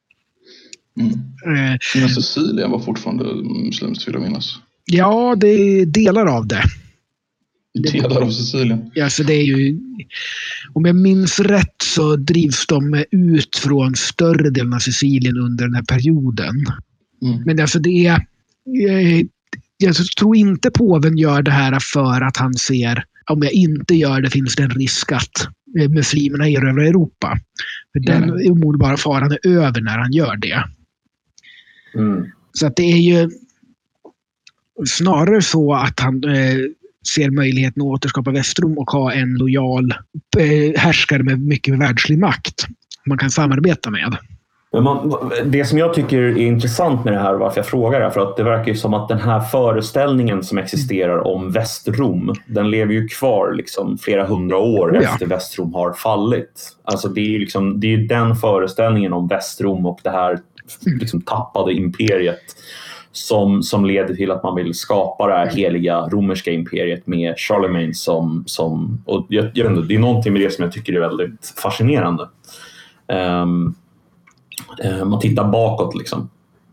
Mm. Eh, Men Sicilien var fortfarande muslimskt, vill jag minnas. Ja, det är delar av det. Delar av Sicilien. Ja, så det är ju, om jag minns rätt så drivs de ut från större delen av Sicilien under den här perioden. Mm. Men alltså det är, jag, jag tror inte påven gör det här för att han ser, om jag inte gör det finns det en risk att muslimerna erövrar Europa. För den omedelbara faran är över när han gör det. Mm. Så att det är ju snarare så att han eh, ser möjligheten att återskapa Västrom och ha en lojal eh, härskare med mycket världslig makt man kan samarbeta med. Men man, det som jag tycker är intressant med det här, varför jag frågar är för att det verkar ju som att den här föreställningen som existerar om Västrom, den lever ju kvar liksom flera hundra år oh ja. efter Västrom har fallit. Alltså det är ju liksom, det är den föreställningen om Västrom och det här liksom tappade imperiet som, som leder till att man vill skapa det här heliga romerska imperiet med Charlemagne som, som och jag, jag vet inte, det är någonting med det som jag tycker är väldigt fascinerande. Um, um, man tittar bakåt liksom.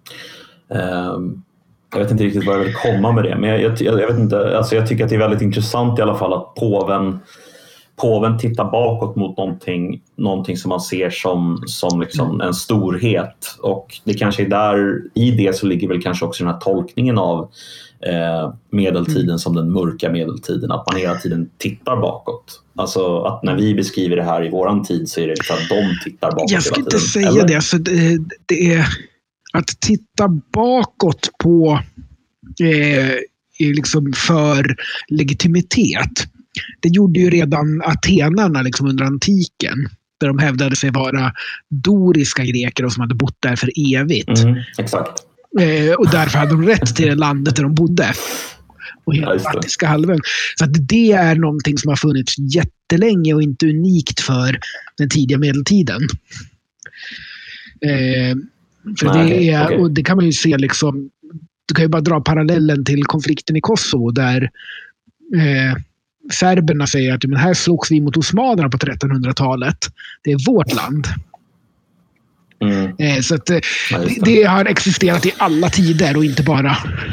Um, jag vet inte riktigt vad jag vill komma med det, men jag, jag, jag vet inte, alltså jag tycker att det är väldigt intressant i alla fall att påven Påven tittar bakåt mot någonting, någonting som man ser som, som liksom en storhet. Och det kanske är där, i det så ligger väl kanske också den här tolkningen av eh, medeltiden som den mörka medeltiden. Att man hela tiden tittar bakåt. Alltså att när vi beskriver det här i våran tid så är det för att de tittar bakåt. Jag ska inte säga eller? det. Alltså det. Det är att titta bakåt på eh, är liksom för legitimitet. Det gjorde ju redan atenarna liksom under antiken. Där de hävdade sig vara doriska greker och som hade bott där för evigt. Mm, exakt. Eh, och därför hade de rätt till det landet där de bodde. Och hela Baltiska halvön. Så att det är någonting som har funnits jättelänge och inte unikt för den tidiga medeltiden. Eh, för Nej, det är, okay. Och det kan man ju se liksom. Du kan ju bara dra parallellen till konflikten i Kosovo där eh, serberna säger att men här slogs vi mot osmanerna på trettonhundratalet. Det är vårt land. Mm. Eh, så att, eh, det. det har existerat i alla tider och inte bara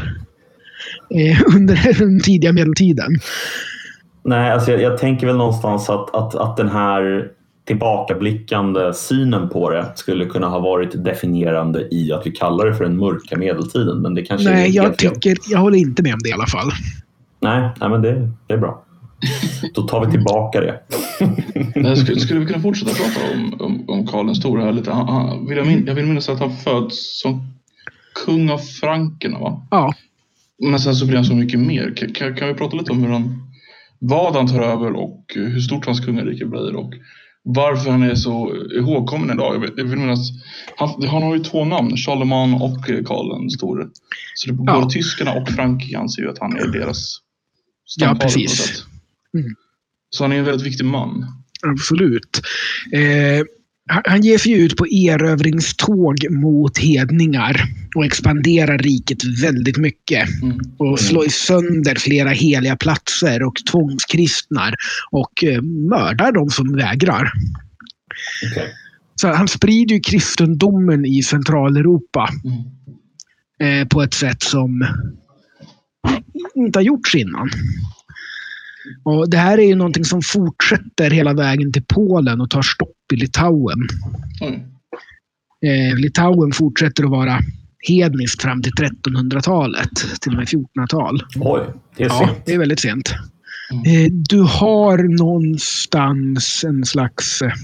eh, under den tidiga medeltiden. Nej, alltså jag, jag tänker väl någonstans att, att, att den här tillbakablickande synen på det skulle kunna ha varit definierande i att vi kallar det för den mörka medeltiden. Men det kanske nej, är jag, tycker, jag håller inte med om det i alla fall. Nej, nej men det, det är bra. Då tar vi tillbaka det. skulle, skulle vi kunna fortsätta prata om, om, om Karl den stora här lite? Han, han, vill jag, min, jag vill minnas att han föds som kung av frankerna, va? Ja. Men sen så blir han så mycket mer. Kan, kan, kan vi prata lite om hur han, vad han tar över och hur stort hans kungarike blir och varför han är så ihågkommen idag? Jag, vet, jag vill minnas, han, han har ju två namn, Charlemagne och Karl den store. Så det, ja. Både tyskarna och Frankrike anser ju att han är deras ja, precis. Mm. Så han är en väldigt viktig man. Absolut. Eh, han ger sig ut på erövringståg mot hedningar och expanderar riket väldigt mycket. Mm. Och slår sönder flera heliga platser och tvångskristnar och eh, mördar de som vägrar. Okay. Så han sprider ju kristendomen i Centraleuropa mm. eh, på ett sätt som inte har gjorts innan. Och det här är ju någonting som fortsätter hela vägen till Polen och tar stopp i Litauen. Mm. Eh, Litauen fortsätter att vara hedniskt fram till trettonhundratalet, till och med fjortonhundratal. Oj, det är ja, sent. Det är väldigt sent. Mm. Eh, du har någonstans en slags... Eh,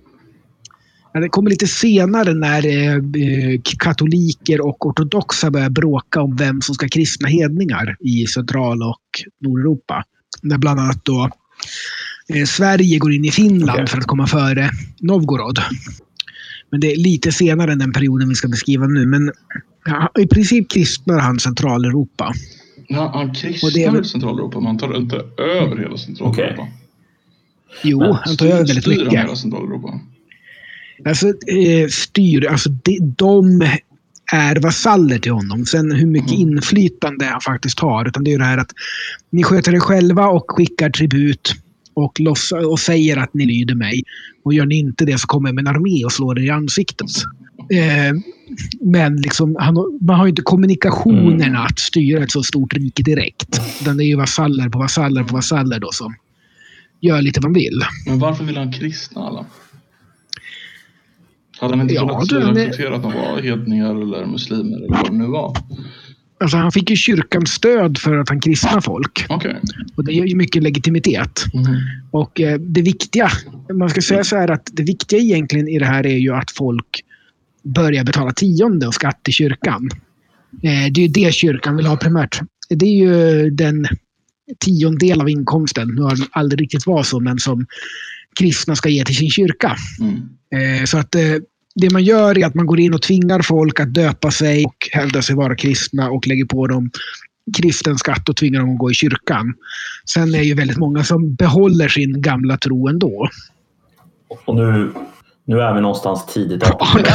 det kommer lite senare när eh, katoliker och ortodoxa börjar bråka om vem som ska kristna hedningar i Central- och Nordeuropa. Där bland annat då eh, Sverige går in i Finland okay. för att komma före Novgorod. Men det är lite senare än den perioden vi ska beskriva nu. Men ja, i princip kristnar han Centraleuropa. Ja, han kristnar väl Centraleuropa, men han tar inte över hela Centraleuropa. Okay. Jo, men han tar över väldigt mycket. Hela Centraleuropa. Alltså, eh, styr, alltså de, de är vasaller till honom. Sen hur mycket mm. inflytande han faktiskt har. Utan det är ju det här att ni sköter er själva och skickar tribut och, loss, och säger att ni lyder mig. Och gör ni inte det så kommer jag med en armé och slår er i ansiktet. Eh, men liksom, han, man har ju inte kommunikationerna mm. att styra ett så stort rike direkt. Utan det är ju vasaller på vasaller på vasaller då som gör lite vad man vill. Men varför vill han kristna alla? Hade han inte ja, kunnat reflektera att de var hedningar eller muslimer eller vad det nu var? Alltså han fick ju kyrkans stöd för att han kristna folk. Okay. Och det ger ju mycket legitimitet. Mm. Och eh, det viktiga, man ska säga så här att det viktiga egentligen i det här är ju att folk börjar betala tionde och skatt till kyrkan. Eh, det är ju det kyrkan vill ha primärt. Det är ju den tiondel av inkomsten, nu har det aldrig riktigt varit så, men som kristna ska ge till sin kyrka. Mm. Eh, så att eh, det man gör är att man går in och tvingar folk att döpa sig och hävda sig vara kristna och lägger på dem kristen skatt och tvingar dem att gå i kyrkan. Sen är det ju väldigt många som behåller sin gamla tro ändå. Och nu, nu är vi någonstans tidigt.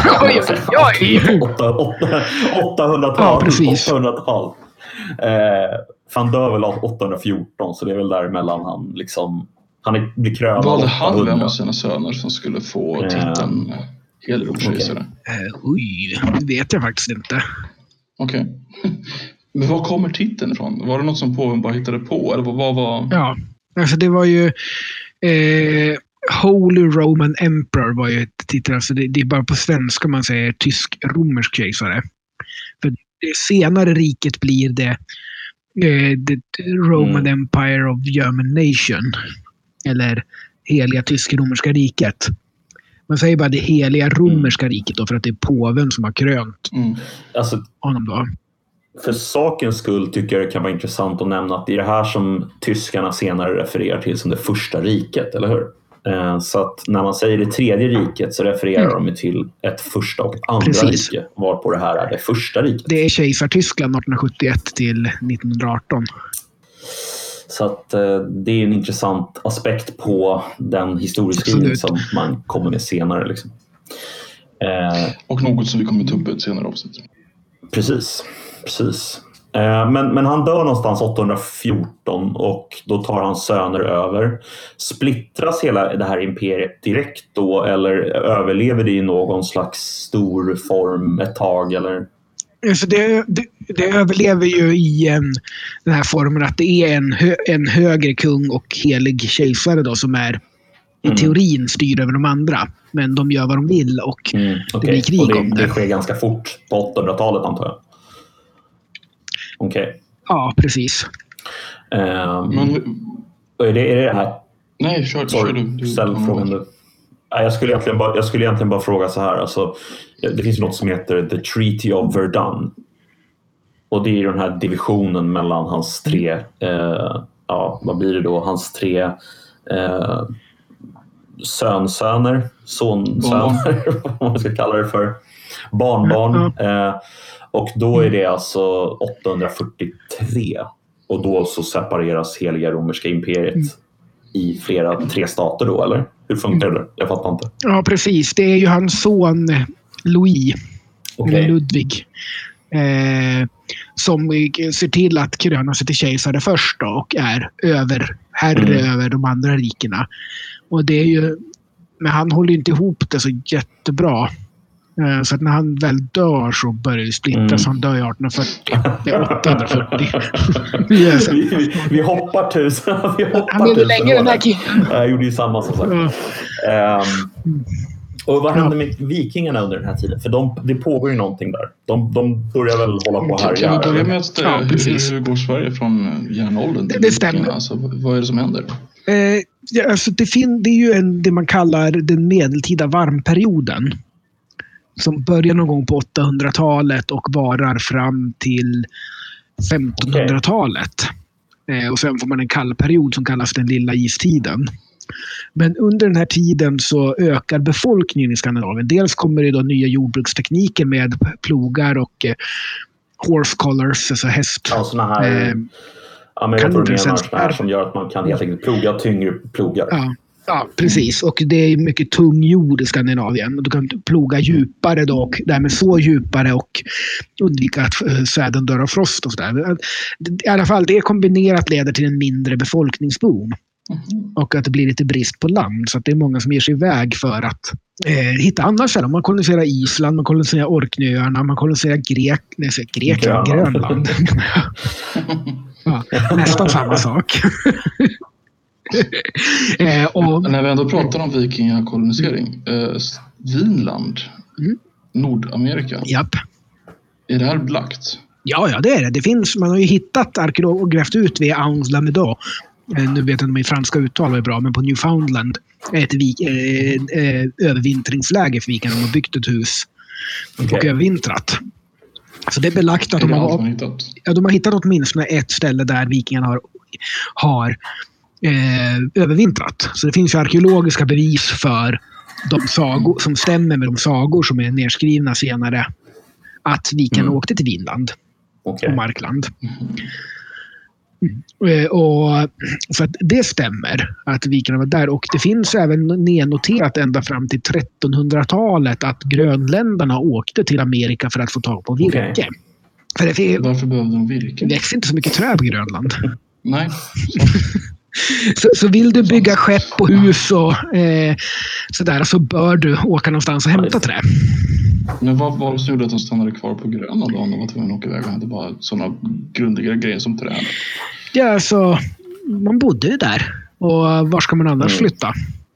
åttahundratal. Ja, precis. åttahundratal. Eh, Van dör väl åttahundrafjorton, så det är väl däremellan han liksom han är, blir krönad. Valde han vem av sina söner som skulle få titeln eh, helromskejsare? Okay. Uh, oj, det vet jag faktiskt inte. Okej. Okay. Men var kommer titeln ifrån? Var det något som påven bara hittade på? Eller vad var... Ja, alltså det var ju eh, Holy Roman Emperor var ju titeln. Alltså det, det är bara på svenska man säger tysk-romersk kejsare. För det senare riket blir det eh, the Roman mm. Empire of German Nation. Eller heliga tysk-romerska riket. Man säger bara det heliga romerska mm. riket då, för att det är påven som har krönt mm. alltså, honom då. För sakens skull tycker jag det kan vara intressant att nämna att det är det här som tyskarna senare refererar till som det första riket, eller hur? Så att när man säger det tredje riket så refererar mm. de till ett första och andra Precis. rike, varpå det här är det första riket. Det är kejsar-Tyskland artonhundrasjuttioett till nittonhundraarton. Så att det är en intressant aspekt på den historieskrivning som man kommer med senare. Liksom. Och något som vi kommer ta upp i ett senare avsnitt. Precis, precis. Men, men han dör någonstans åttahundrafjorton och då tar hans söner över. Splittras hela det här imperiet direkt då, eller överlever det i någon slags stor form ett tag? Eller? Alltså det, det, det överlever ju i en, den här formen att det är en, hö, en högre kung och helig kejsare då, som är i mm. teorin styr över de andra. Men de gör vad de vill och mm, okay. det blir krig och det, om det. Det sker ganska fort på åttahundratalet antar jag. Okej. Okay. Ja, precis. Um, Men, är, det, är det det här? Nej, kör, kör du. du Ställ frågan du. Jag skulle, egentligen bara, jag skulle egentligen bara fråga så här. Alltså, det finns något som heter The Treaty of Verdun. Och det är den här divisionen mellan hans tre, eh, ja, vad blir det då? Hans tre eh, sönsöner, sonsöner, vad man ska kalla det för, barnbarn. Eh, och då är det alltså åttahundrafyrtiotre. Och då så separeras heliga romerska imperiet mm. i flera, tre stater då, eller? Hur funkar det? Jag fattar inte. Ja, precis. Det är ju hans son Louis, okay. Ludvig, eh, som ser till att kröna sig till kejsare först då, och är över, herre mm. över de andra rikena. Och det är ju, men han håller inte ihop det så jättebra. Eh, så att när han väl dör så börjar det splittras. Mm. Han dör i artonhundrafyrtio. Det är åttahundrafyrtio. yes. vi, vi, vi hoppar tusen. Vi hoppar han lever länge den här killen. Jag gjorde ju samma som sagt. Ja. Um, och vad hände med vikingarna under den här tiden? För de, det pågår ju någonting där. De, de börjar väl hålla på här. Kan vi börja med att ja, hur, hur går Sverige från järnåldern till det stämmer. Alltså, vad är det som händer? Eh, ja, alltså det, fin- det är ju en, det man kallar den medeltida varmperioden. Som börjar någon gång på åttahundratalet och varar fram till femtonhundratalet. Okay. Eh, och sen får man en kall period som kallas den lilla istiden. Men under den här tiden så ökar befolkningen i Skandinavien. Dels kommer det då nya jordbrukstekniker med plogar och eh, horse collars, alltså häst. Ja, såna här, eh, ja, men jag tror det menar såna här som gör att man kan helt enkelt ploga tyngre plogar. Ja. Ja, precis. Och det är mycket tung jord i Skandinavien. Du kan ploga djupare då, och därmed så djupare och undvika att säden dör av frost och sådär. I alla fall, det kombinerat leder till en mindre befolkningsboom. Mm. Och att det blir lite brist på land. Så att det är många som ger sig iväg för att eh, hitta andra ställen. Man koloniserar Island, man koloniserar Orkneyöarna, man koloniserar Grek, nej, Grekland, Grönland. Ja, nästan samma sak. eh, och, När vi ändå pratar om vikingakolonisering, eh, Vinland, mm. Nordamerika. Japp. Är det här blakt? Ja, ja, det är det. Det finns, man har ju hittat arkeologer och grävt ut vid Anse la Médard. Eh, nu vet jag inte om min franska uttal är bra, men på Newfoundland är ett vik, eh, eh, övervintringsläge för vikingarna. De har byggt ett hus okay. och övervintrat. Så det är belagt att de har, ja, de har hittat åtminstone ett ställe där vikingarna har, har eh, övervintrat. Så det finns ju arkeologiska bevis för de sagor som stämmer med de sagor som är nedskrivna senare att vikingarna mm. åkte till Vinland okay. och Markland. Mm. Och, så att det stämmer att vikingarna var där. Och det finns även nednoterat ända fram till trettonhundratalet att grönländarna åkte till Amerika för att få tag på virke. Okay. För det, Varför behövde de virke? Det växer inte så mycket träd på Grönland. Nej. Så, så vill du bygga skepp och hus och eh, sådär, så bör du åka någonstans och hämta trä. Men vad var det som gjorde att de stannade kvar på Grönland då? Om de var tvungna att åka iväg och hade bara sådana grundliga grejer som träd? Ja, alltså, man bodde ju där. Och var ska man annars mm. flytta?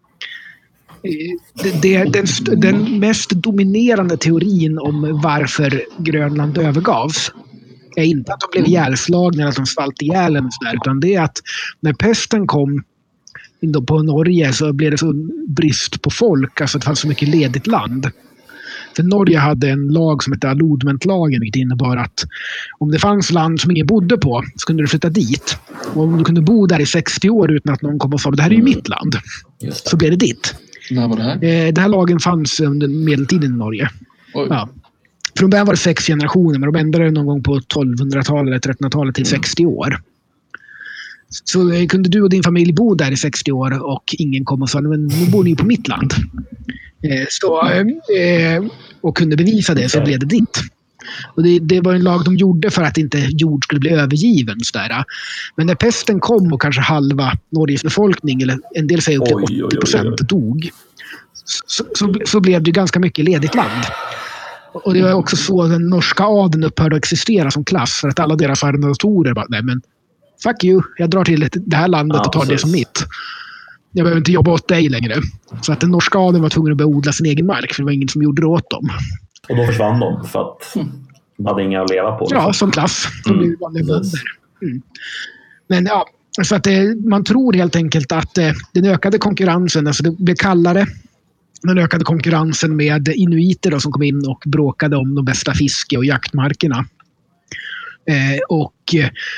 Det, det, den, den mest dominerande teorin om varför Grönland övergavs är inte att de blev ihjälslagna eller att de svalt ihjäl eller sådär, utan det är att när pesten kom in på Norge så blev det så brist på folk, alltså det fanns så mycket ledigt land. För Norge hade en lag som hette allodmentlagen, vilket innebar att om det fanns land som ingen bodde på så kunde du flytta dit. Och om du kunde bo där i sextio år utan att någon kom och sa att det här är ju mitt land, så blev det ditt. När var det här? Den här lagen fanns under medeltiden i Norge. Ja. Från början var det sex generationer, men de ändrade någon gång på tolvhundratalet eller trettonhundratalet till sextio år. Så kunde du och din familj bo där i sextio år och ingen kom och sa, men nu bor ni på mitt land. Så, och kunde bevisa det, så blev det ditt. Och det, det var en lag de gjorde för att inte jord skulle bli övergiven. Sådär. Men när pesten kom och kanske halva Norges befolkning, eller en del säger upp till åttio procent, dog, så, så, så blev det ganska mycket ledigt land. Och det var också så att den norska adeln upphörde att existera som klass, för att alla deras arrendatorer bara, nej men fuck you, jag drar till det här landet ja, och tar precis. Det som mitt. Jag behöver inte jobba åt dig längre. Så att den norska adeln var tvungen att börja odla sin egen mark, för det var ingen som gjorde det åt dem. Och då försvann de för att de hade inga att leva på. Liksom. Ja, som klass. De blev vanliga bönder. Mm. Men ja, så att det, man tror helt enkelt att eh, den ökade konkurrensen, alltså det blev kallare, den ökade konkurrensen med inuiter då, som kom in och bråkade om de bästa fiske- och jaktmarkerna. Eh, och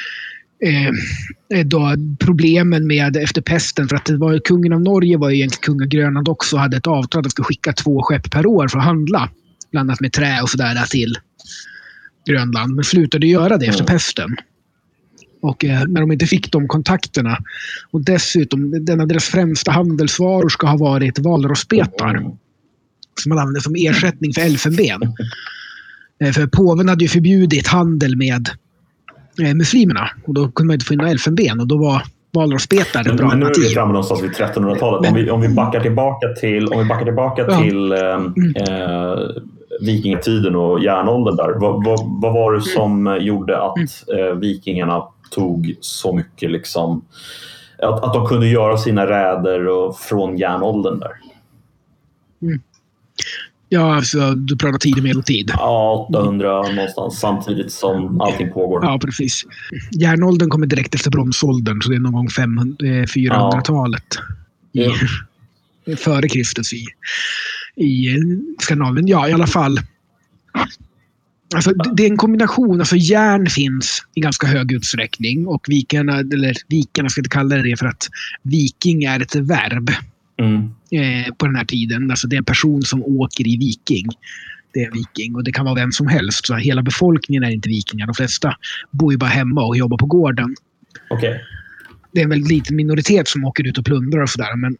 eh, då problemen med efter pesten, för att det var, kungen av Norge var ju egentligen kung av Grönland också, hade ett avtal att de skulle skicka två skepp per år för att handla, bland annat med trä och sådär till Grönland, men slutade göra det efter pesten. Och eh, när de inte fick de kontakterna, och dessutom den av deras främsta handelsvaror ska ha varit valrossbetar som man använde som ersättning för elfenben. Eh, för påven hade ju förbjudit handel med eh, muslimerna, och då kunde man inte få in elfenben, och då var valrossbetar en bra men nu är vi motiv. framme någonstans vid trettonhundratalet. Men, om, vi, om vi backar tillbaka till, om vi backar tillbaka ja. till eh, mm. eh, vikingatiden och järnåldern där. Vad, vad, vad var det som mm. gjorde att eh, vikingarna tog så mycket liksom, att, att de kunde göra sina räder och från järnåldern där? Mm. Ja, alltså du pratar tid och medeltid. Ja, åttahundra mm. någonstans, samtidigt som allting pågår. Ja, precis. Järnåldern kommer direkt efter bronsåldern, så det är någon gång fyrahundratalet ja. i, före Kristus i, i Skandinavien. Ja, i alla fall. Alltså, det är en kombination. Alltså, järn finns i ganska hög utsträckning, och vikarna, eller vikarna ska inte kalla det för att viking är ett verb mm. eh, på den här tiden. Alltså, det är en person som åker i viking. Det är viking, och det kan vara vem som helst. Så hela befolkningen är inte vikingar. De flesta bor ju bara hemma och jobbar på gården. Okay. Det är en väldigt liten minoritet som åker ut och plundrar och sådär. Men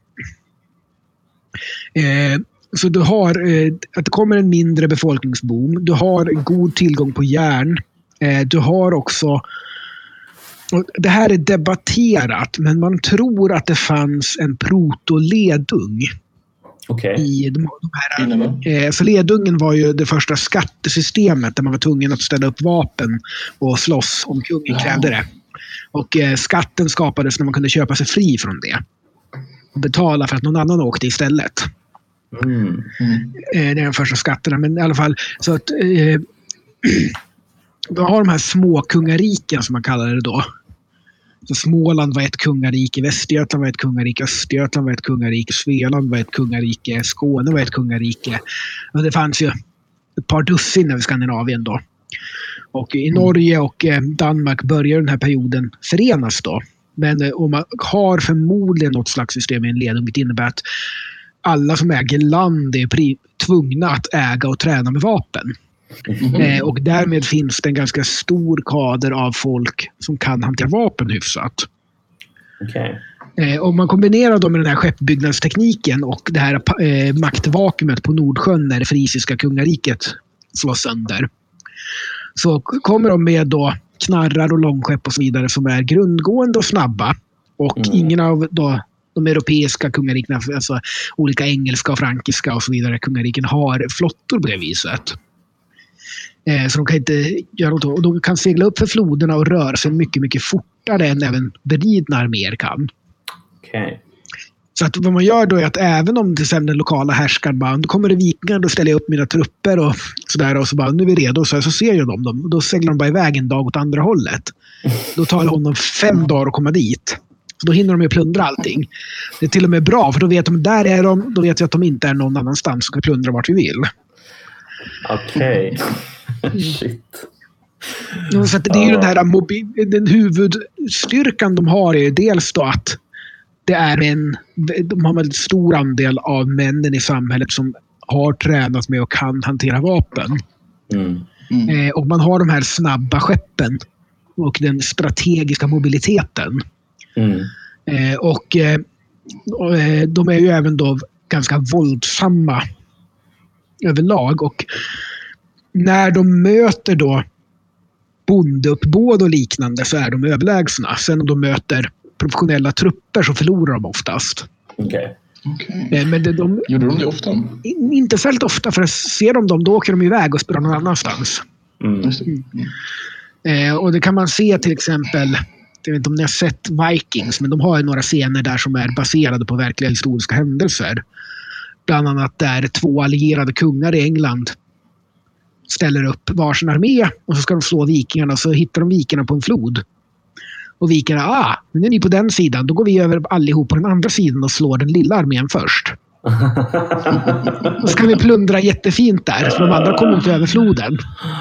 eh, så du har eh, att det kommer en mindre befolkningsboom. Du har god tillgång på järn. Eh, du har också Och det här är debatterat, men man tror att det fanns en protoledung. Okay. I de, de här, eh, för ledungen var ju det första skattesystemet där man var tvungen att ställa upp vapen och slåss om kungen krävde det. Och eh, skatten skapades när man kunde köpa sig fri från det. Och betala för att någon annan åkte istället. Mm. Mm. Eh, det är de första skatterna. Men i alla fall, så att eh, då har de här små kungariken som man kallar det då. Så Småland var ett kungarike, Västergötland var ett kungarike, Östergötland var ett kungarike, Svealand var ett kungarike, Skåne var ett kungarike. Och det fanns ju ett par dussin över Skandinavien då. Och i Norge och Danmark börjar den här perioden förenas då. Men om man har förmodligen något slags system i en ledning, det innebär att alla som äger land är pri- tvungna att äga och träna med vapen. Mm. Eh, och därmed finns det en ganska stor kader av folk som kan hantera vapen hyfsat. Okay. Eh, om man kombinerar dem med den här skeppbyggnadstekniken och det här eh, maktvakuumet på Nordsjön när det frisiska kungariket slås sönder, så kommer de med då knarrar och långskepp och så vidare som är grundgående och snabba. Och mm. ingen av då de europeiska kungarikena, alltså olika engelska och frankiska och så vidare kungariken, har flottor på det viset. Eh, så de kan inte göra något. Och de kan segla upp för floderna och röra sig mycket, mycket fortare än även beridna arméer kan. Okay. Så att vad man gör då är att även om till exempel den lokala härskaren bara, då kommer det vikingar, då ställer jag upp mina trupper och sådär, och så bara, nu är vi redo, så, här, så ser jag dem, dem. Då seglar de bara iväg en dag åt andra hållet. Då tar det honom fem dagar att komma dit. Så då hinner de ju plundra allting. Det är till och med bra, för då vet de, där är de, då vet jag att de inte är någon annanstans, så kan plundra vart vi vill. Okej. Okay. Shit. Ja, så att det är ju den här mobi- den huvudstyrkan de har är dels då att det är en, de har en väldigt stor andel av männen i samhället som har tränat med och kan hantera vapen. Mm. Mm. Eh, och man har de här snabba skeppen och den strategiska mobiliteten. Mm. Eh, och, eh, och eh, de är ju även då ganska våldsamma överlag, och när de möter då bondeuppbåd och liknande så är de överlägsna. Sen om de möter professionella trupper så förlorar de oftast. Okej. Okay. Okay. Men det, de, Gjorde de det ofta? In, inte särskilt ofta, för ser de dem då åker de iväg och spelar någon annanstans. Mm. Mm. Eh, och det kan man se till exempel, jag vet inte om ni har sett Vikings, men de har ju några scener där som är baserade på verkliga historiska händelser. Bland annat där två allierade kungar i England ställer upp varsin armé och så ska de slå vikingarna, och så hittar de vikingarna på en flod. Och vikingarna, ah, nu är ni på den sidan, då går vi över allihop på den andra sidan och slår den lilla armén först. Då ska vi plundra jättefint där, för de andra kommer inte över floden.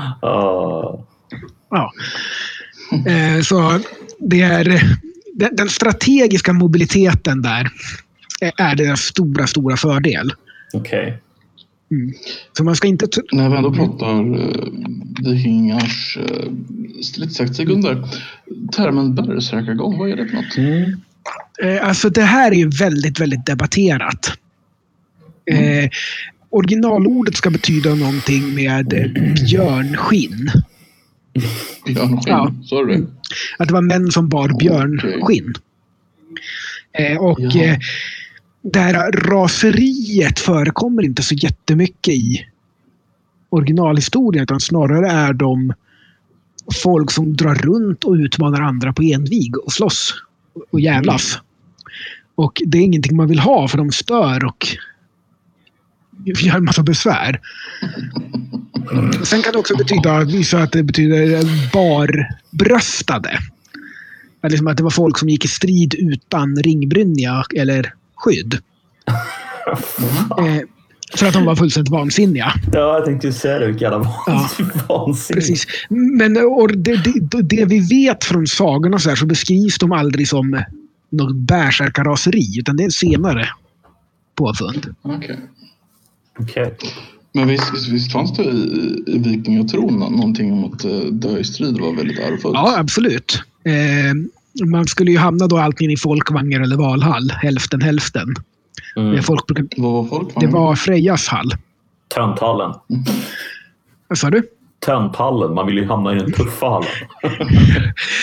Ja. Eh, så det är den, den strategiska mobiliteten där är deras stora, stora fördel. Okej. Okay. Mm. Så man ska inte... T- När vi ändå pratar uh, vikingars uh, stridstaktik under termen bergsärkagång, vad är det för något? Mm. Eh, alltså det här är ju väldigt, väldigt debatterat. Mm. Eh, originalordet ska betyda någonting med björnskinn. Björnskinn, ja. Så det. Att det var män som bar björnskinn. Eh, och... Ja. Eh, det här raseriet förekommer inte så jättemycket i originalhistorien, utan snarare är de folk som drar runt och utmanar andra på envig och slåss och jävlas. Och det är ingenting man vill ha, för de stör och gör en massa besvär. Sen kan det också betyda, visa att det betyder barbröstade. Liksom att det var folk som gick i strid utan ringbrynja eller skydd. eh, för att de var fullständigt vansinniga. Ja, jag tänkte säga det. Vilka jävla ja, vansinniga. Precis. Men och det, det, det vi vet från sagorna så, här, så beskrivs de aldrig som något bärsärkaraseri, utan det är senare påfund. Okej. Okay. Okej. Okay. Men visst, visst, visst fanns det i, i vikingatron någonting om att dö i strid var väldigt ärofullt? Ja, absolut. Eh, Man skulle ju hamna då alltid i folkvagnar eller Valhall. Hälften, hälften. Mm. Folk brukar... Vad var folkvagnar? Det var Frejas hall. Tönthallen. Vad sa du? Tönthallen. Man vill ju hamna i den tuffa hallen.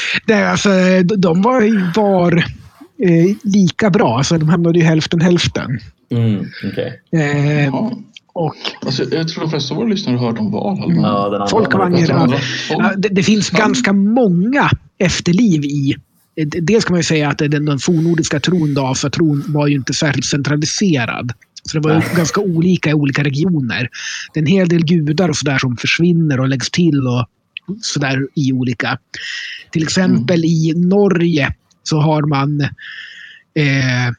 Det, alltså, de var, var eh, lika bra. Alltså, de hamnade ju hälften hälften. Mm, okay. eh, och, alltså, jag tror de flesta av våra lyssnare har hört om Valhall. Mm. Ja, Folkvanger. Ja, det, det finns ja. ganska många efterliv i. Dels kan man ju säga att den, den fornnordiska tron, då, för tron var ju inte särskilt centraliserad. Så det var ju ganska olika i olika regioner. Det är en hel del gudar och sådär som försvinner och läggs till och sådär i olika. Till exempel mm. i Norge så har man eh,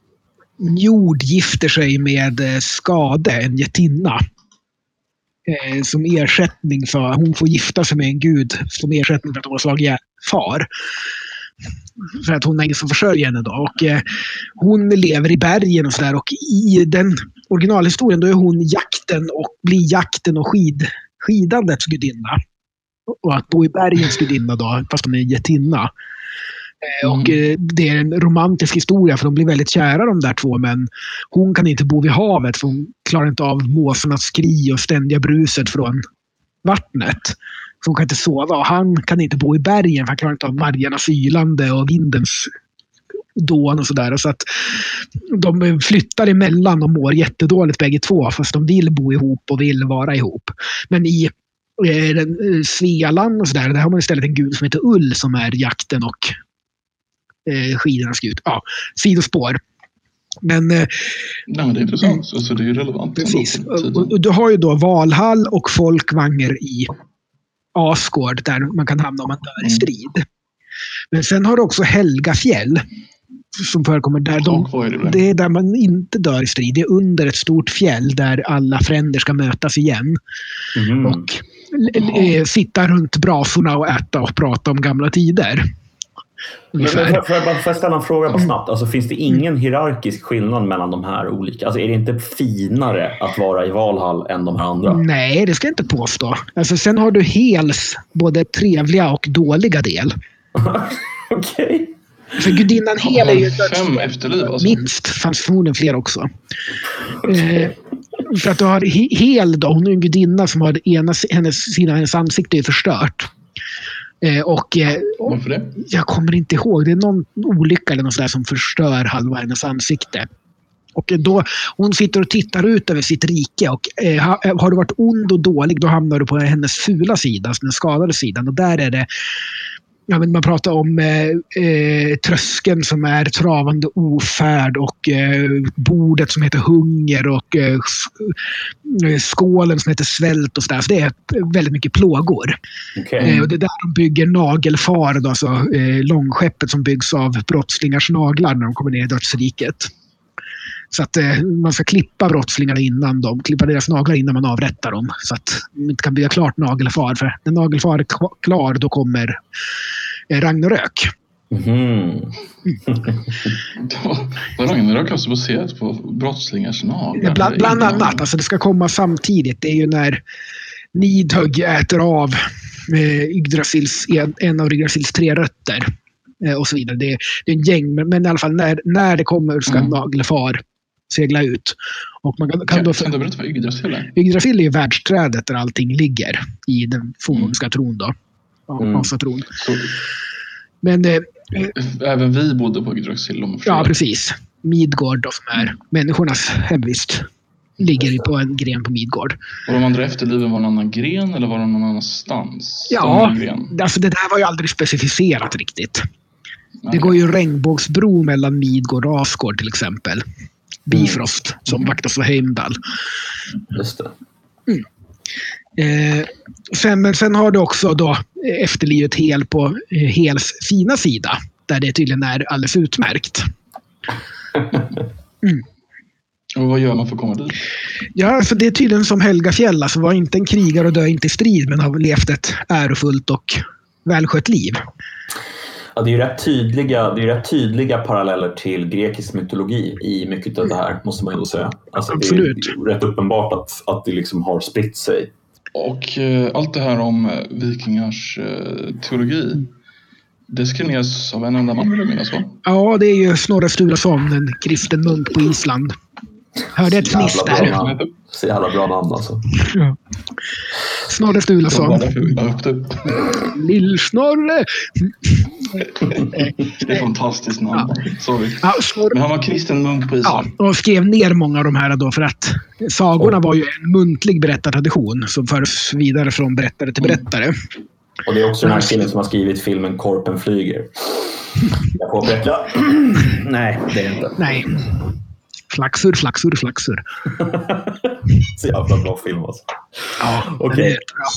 Njord gifter sig med Skade, en jättinna. Eh, som ersättning för hon får gifta sig med en gud som ersättning för att hon har slagit ihjäl far. För att hon är ingen som försörjer henne då. Och eh, hon lever i bergen och sådär. Och i den originalhistorien då är hon jakten och blir jakten och skid, skidandets gudinna. Och att bo i bergens gudinna då, fast hon är en jättinna. Eh, mm. Och eh, det är en romantisk historia för de blir väldigt kära de där två. Men hon kan inte bo vid havet för hon klarar inte av måsarnas skri och ständiga bruset från vattnet. Så hon kan inte sova och han kan inte bo i bergen för han klarar inte av margarnas ylande och vindens dån och sådär. Så att de flyttar emellan och mår jättedåligt bägge två fast de vill bo ihop och vill vara ihop. Men i eh, Svealand och sådär, där har man istället en gud som heter Ull som är jakten och eh, skidornas gud. Ja, sidospår. Men, Nej, men det är intressant. Mm. Alltså, det är ju relevant. Precis. Och, och du har ju då Valhall och Folkvanger i Asgård där man kan hamna om man dör i strid. Mm. Men sen har du också Helgafjäll som förekommer där de, det, det är där man inte dör i strid. Det är under ett stort fjäll där alla fränder ska mötas igen. Mm. Och mm. sitta runt brasorna och äta och prata om gamla tider. Men, får, jag, får jag ställa en fråga bara snabbt? Alltså, finns det ingen hierarkisk skillnad mellan de här olika? Alltså, är det inte finare att vara i Valhall än de här andra? Nej, det ska jag inte påstå. Alltså, sen har du Hels både trevliga och dåliga del. Okej. Okay. För gudinnan Hel är ju fem efterliv alltså. Minst, fanns förmodligen fler också. Okay. Eh, för att du har Hel då, hon är en gudinna som har ena hennes, sina, hennes ansikte är förstört. Eh, och, eh, och Varför det? Jag kommer inte ihåg. Det är någon olycka eller något sådär som förstör halva hennes ansikte. Och då, hon sitter och tittar ut över sitt rike och eh, har, har du varit ond och dålig då hamnar du på hennes fula sida, alltså den skadade sidan. Och där är det, ja, men man pratar om eh, eh, tröskeln som är travande ofärd och eh, bordet som heter hunger och eh, skålen som heter svält och sådär. Så det är väldigt mycket plågor. Okay. Eh, och det är där de bygger nagelfar, då, alltså eh, långskeppet som byggs av brottslingars naglar när de kommer ner i dödsriket. Så att eh, man ska klippa brottslingarna innan de klippa deras naglar innan man avrättar dem. Så att de inte kan bygga klart nagelfar. För när nagelfar är klar då kommer eh, Ragnarök. Mm. Ragnarök alltså baserat på brottslingars naglar? Bland, bland annat. Alltså det ska komma samtidigt. Det är ju när Nidhugg äter av eh, Yggdrasils, en, en av Yggdrasils tre rötter. Och så vidare. Det är, det är en gäng, men, men i alla fall när, när det kommer ska mm. nagelfar segla ut. Och man kan, kan, kan, då, kan du berätta vad Yggdrasil är? Yggdrasil är ju världsträdet där allting ligger i den fornnordiska mm. tron då. Mm. Asatron. Så, men eh, även vi bodde på Yggdrasil. Ja, precis. Midgård då, som är människornas hemvist. Ligger på en gren på Midgård. Och de andra efterliven var en annan gren eller var de någon annanstans? Ja, alltså det där var ju aldrig specificerat riktigt. Nej. Det går ju en regnbågsbro mellan Midgård och Asgård till exempel. Bifrost mm. som vaktas av Heimdall. Just det. Mm. Eh, sen, men sen har du också då efterlivet Hel på eh, Hels fina sida. Där det tydligen är alldeles utmärkt. Mm. Och vad gör man för att komma dit? Ja, alltså det är tydligen som Helgafjäll. Alltså var inte en krigare och dö inte i strid men har levt ett ärofullt och välskött liv. Ja, det är ju rätt tydliga, det är rätt tydliga paralleller till grekisk mytologi i mycket av det här, måste man ju säga. Alltså, absolut. Det är rätt uppenbart att, att det liksom har spritt sig. Och eh, allt det här om eh, vikingars eh, teologi, det skrivs av en enda man, vill jag minnas, va? Ja, det är ju Snorre Sturlason, en kristen munk på Island. Hörde ett fniss där. Så jävla bra namn alltså. Ja. Snorre Sturlason. Lill-Snorre. Det är fantastiskt namn. Ja. Sorry. Ja, så, men han var kristen munk på Island. Ja, och skrev ner många av de här då för att sagorna var ju en muntlig berättartradition som förs vidare från berättare till berättare. Mm. Och det är också den här killen som har skrivit filmen Korpen flyger. Jag påpekar. Nej, det är inte. Nej. Flaxur, flaxur, flaxur. Så jävla bra film alltså. Ja, okej. Okay.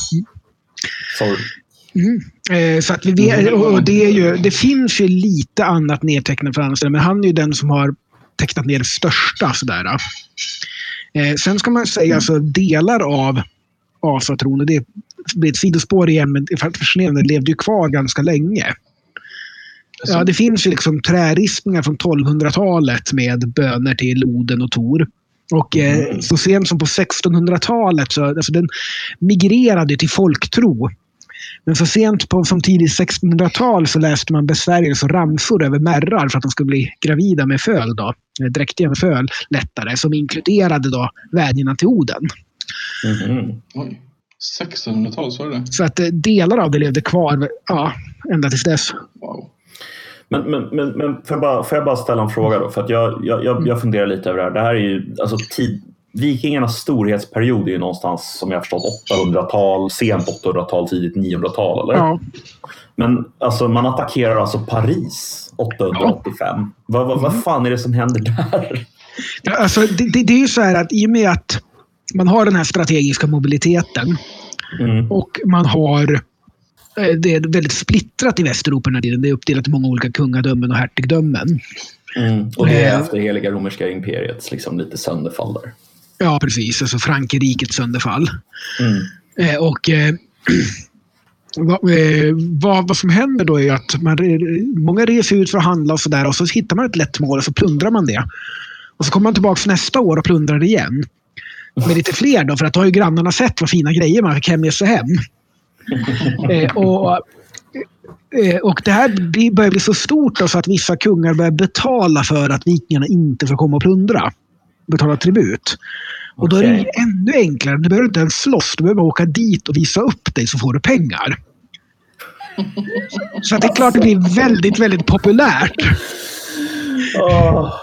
Sorry. Mm. Eh, så att vi vet, och det, är ju, det finns ju lite annat nedtecknat för Anselm, men han är ju den som har tecknat ner det största. Sådär. Eh, sen ska man säga alltså, delar av asatron, och det blir ett sidospår igen, men fascinerande, levde ju kvar ganska länge. Ja, det finns ju liksom träristningar från tolvhundratalet med böner till Oden och Tor. Och eh, så sent som på sextonhundratalet så alltså, den migrerade till folktro. Men så sent på som tidigt sextonhundratal så läste man besvärjelser och ramsor över märrar för att de skulle bli gravida med föl då, dräktiga med föl lättare, som inkluderade då vädjarna till Oden. Mm-hmm. Oj, sextonhundratal, så är det. Så att eh, delar av det levde kvar ja, ända tills dess. Wow. Men, men, men, men får, jag bara, får jag bara ställa en fråga då? För att jag, jag, jag, jag funderar lite över det här. Det här är ju, alltså tid, vikingarnas storhetsperiod är ju någonstans, som jag har förstått, åttahundratal, sent åttahundratal, tidigt niohundratal, eller? Ja. Men alltså, man attackerar alltså Paris åttahundraåttiofem. Ja. Vad, vad, vad fan är det som händer där? Ja, alltså, det, det, det är ju så här att i och med att man har den här strategiska mobiliteten mm. och man har det är väldigt splittrat i Västeuropa när det är uppdelat i många olika kungadömen och hertigdömen. Mm. Och det är efter heliga romerska imperiets liksom lite sönderfall där. Ja, precis. Alltså Frankrikets sönderfall. Mm. Eh, och eh, vad, eh, vad, vad som händer då är att man, många reser ut för att handla och sådär, och så hittar man ett lätt mål och så plundrar man det. Och så kommer man tillbaka nästa år och plundrar det igen. Med lite fler då, för att då har ju grannarna sett vad fina grejer man kan med sig hem. eh, och, eh, och det här blir, börjar bli så stort då, så att vissa kungar börjar betala för att vikingarna inte får komma och plundra. Betala tribut. Och då är det ännu enklare. Du behöver inte ens slåss. Du behöver åka dit och visa upp dig så får du pengar. Så att det är klart det blir väldigt, väldigt populärt. Oh.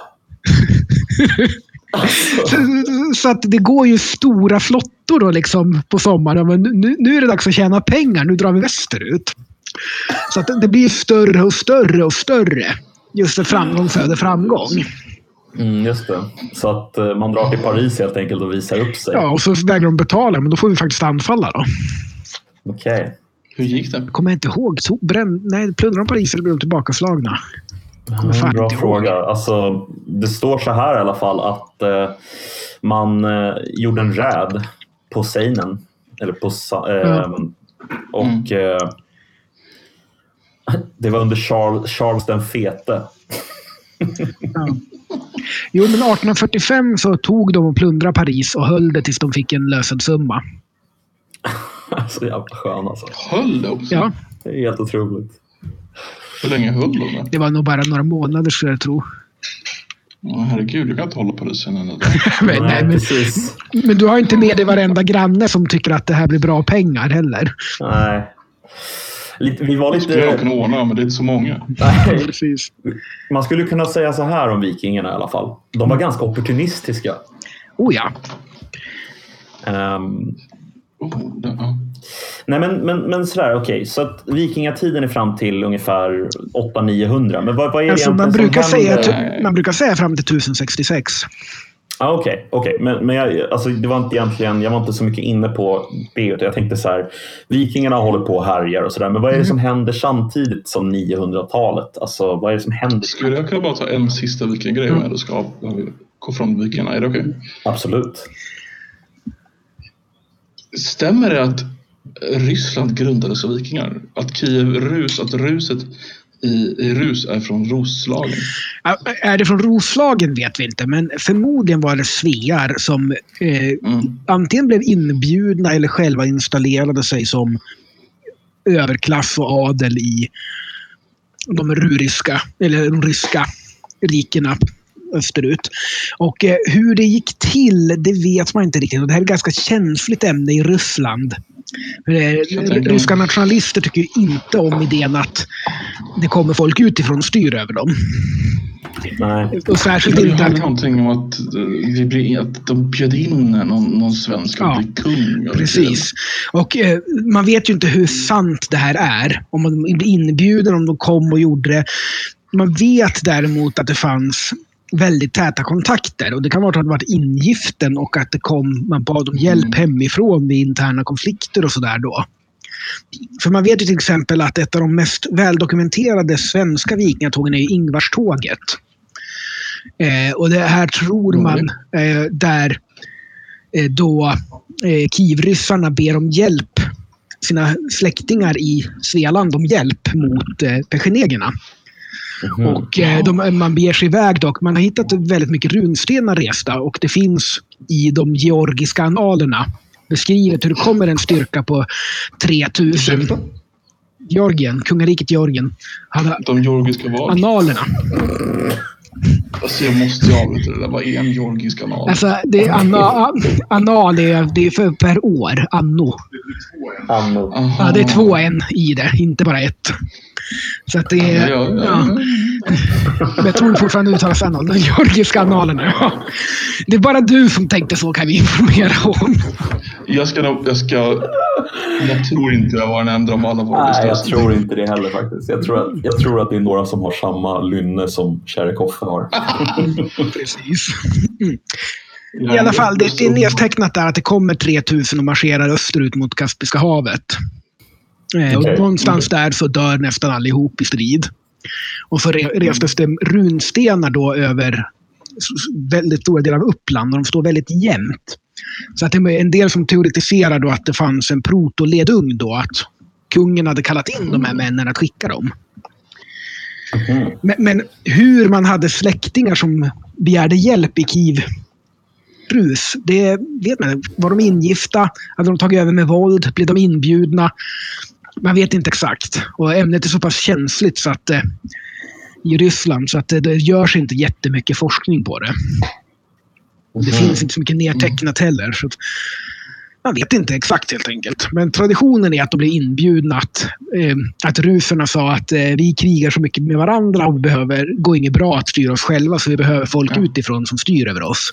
så, så att det går ju stora flottor då liksom på sommaren. Men nu, nu är det dags att tjäna pengar. Nu drar vi västerut. Så att det blir större och större och större. Just att framgång föder framgång. Mm, just det. Så att uh, man drar till Paris helt enkelt och visar upp sig. Ja, och så vägrar de betala. Men då får vi faktiskt anfalla då. Okej. Okay. Hur gick det? Jag kommer inte ihåg. Så, bränn, nej, plundrar de Paris eller blir de tillbakaslagna? Mm, bra fråga. Alltså, det står så här i alla fall att uh, man uh, gjorde en räd på Seinen. Eller på... Uh, mm. Och... Uh, det var under Charles, Charles den fete. Ja. Jo, men arton fyrtiofem så tog de och plundrade Paris och höll det tills de fick en lösensumma. Så jävla skön alltså. Höll det också? Ja. Det är helt otroligt. Hur länge höll de det? Det var nog bara några månader, skulle jag tro. Åh, herregud, jag kan inte hålla Paris en enda dag. men, nej, men, precis. Men du har inte med dig varenda granne som tycker att det här blir bra pengar heller. Nej. Lite, vi var lite... Skulle jag kunna ordna, men det är inte så många. Nej, precis. Man skulle kunna säga så här om vikingarna i alla fall. De var ganska opportunistiska. Oh ja. Um, oh, det, ja. Nej, men, men, men sådär, okej. Okay. Så att vikingatiden är fram till ungefär åtta niohundra. Men vad, vad är alltså, det man, brukar som säga t- man brukar säga fram till tusen sextiosex. Ah, okej, okay, okay. men, men jag, alltså, det var inte egentligen, jag var inte så mycket inne på det, utan jag tänkte så här, vikingarna håller på och härjar och sådär, men vad är det som händer samtidigt som niohundratalet? Alltså, vad är det som händer? Skulle jag kunna bara ta en sista vikingagrej om jag ska gå från vikingarna? Är det okej? Okay? Absolut. Stämmer det att Ryssland grundades av vikingar? Att Kiev Rus, att ruset I, i Rus är från Roslagen? Är det från Roslagen vet vi inte, men förmodligen var det svear som eh, mm. antingen blev inbjudna eller själva installerade sig som överklass och adel i de ruriska eller de ryska rikena österut. Och eh, hur det gick till, det vet man inte riktigt. Och det här är ett ganska känsligt ämne i Ryssland. Ryska nationalister tycker ju inte om idén att det kommer folk utifrån och styr över dem. Nej. Och särskilt inte att någonting om att, vi blir, att de bjöd in någon, någon svensk att ja, bli kung. Precis. Och eh, man vet ju inte hur sant det här är. Om man blir inbjuden, om de kom och gjorde det. Man vet däremot att det fanns väldigt täta kontakter. Och det kan vara att det hade varit ingiften och att det kom, man bad om hjälp mm. hemifrån vid interna konflikter och sådär då. För man vet ju till exempel att ett av de mest väldokumenterade svenska vikingatågen är Ingvarståget. Eh, och det här tror man eh, där eh, då eh, kivryssarna ber om hjälp, sina släktingar i Svealand om hjälp mot eh, pechenegerna. Mm. Och eh, de, man beger sig iväg dock. Man har hittat väldigt mycket runstenar resta och det finns i de georgiska annalerna beskrivet hur det kommer en styrka på tre tusen. Georgien, kungariket Georgien. Hade de georgiska vad? Annalerna. Alltså jag måste ju avbryta det där. Vad är en georgisk anal? Alltså det är anna, anal det är, det är för per år. Anno. Anno. Ja, det är två en i det, inte bara ett. Så att det är... Ja, ja, ja. Men jag tror fortfarande uttalas anal. De georgiska analerna. Ja. Det är bara du som tänkte så, kan vi informera om. Jag ska nog... Jag, ska, jag tror inte jag var en enda om alla våra. Nej, jag tror inte det heller faktiskt. Jag tror, att, jag tror att det är några som har samma lynne som Tjärikoffe har. Precis. Mm. I alla fall, det, det är nedtecknat där att det kommer tre tusen och marscherar österut mot Kaspiska havet. Okay. Och någonstans okay. där så dör nästan allihop i strid. Och så restes det runstenar då över väldigt stora delar av Uppland och de står väldigt jämnt. Så att det är en del som teoretiserar då att det fanns en protoledung då, att kungen hade kallat in de här männen att skicka dem. Mm. Men, men hur man hade släktingar som begärde hjälp i Kiev Rus, det vet man. Var de ingifta? Hade de tagit över med våld? Blev de inbjudna? Man vet inte exakt. Och ämnet är så pass känsligt så att, eh, i Ryssland så att det, det görs inte jättemycket forskning på det. Och det mm. finns inte så mycket nedtecknat heller. Så att, man vet inte exakt helt enkelt. Men traditionen är att de blir inbjudna att, eh, att ryssarna sa att eh, vi krigar så mycket med varandra och vi behöver, gå inget bra att styra oss själva så vi behöver folk ja. utifrån som styr över oss.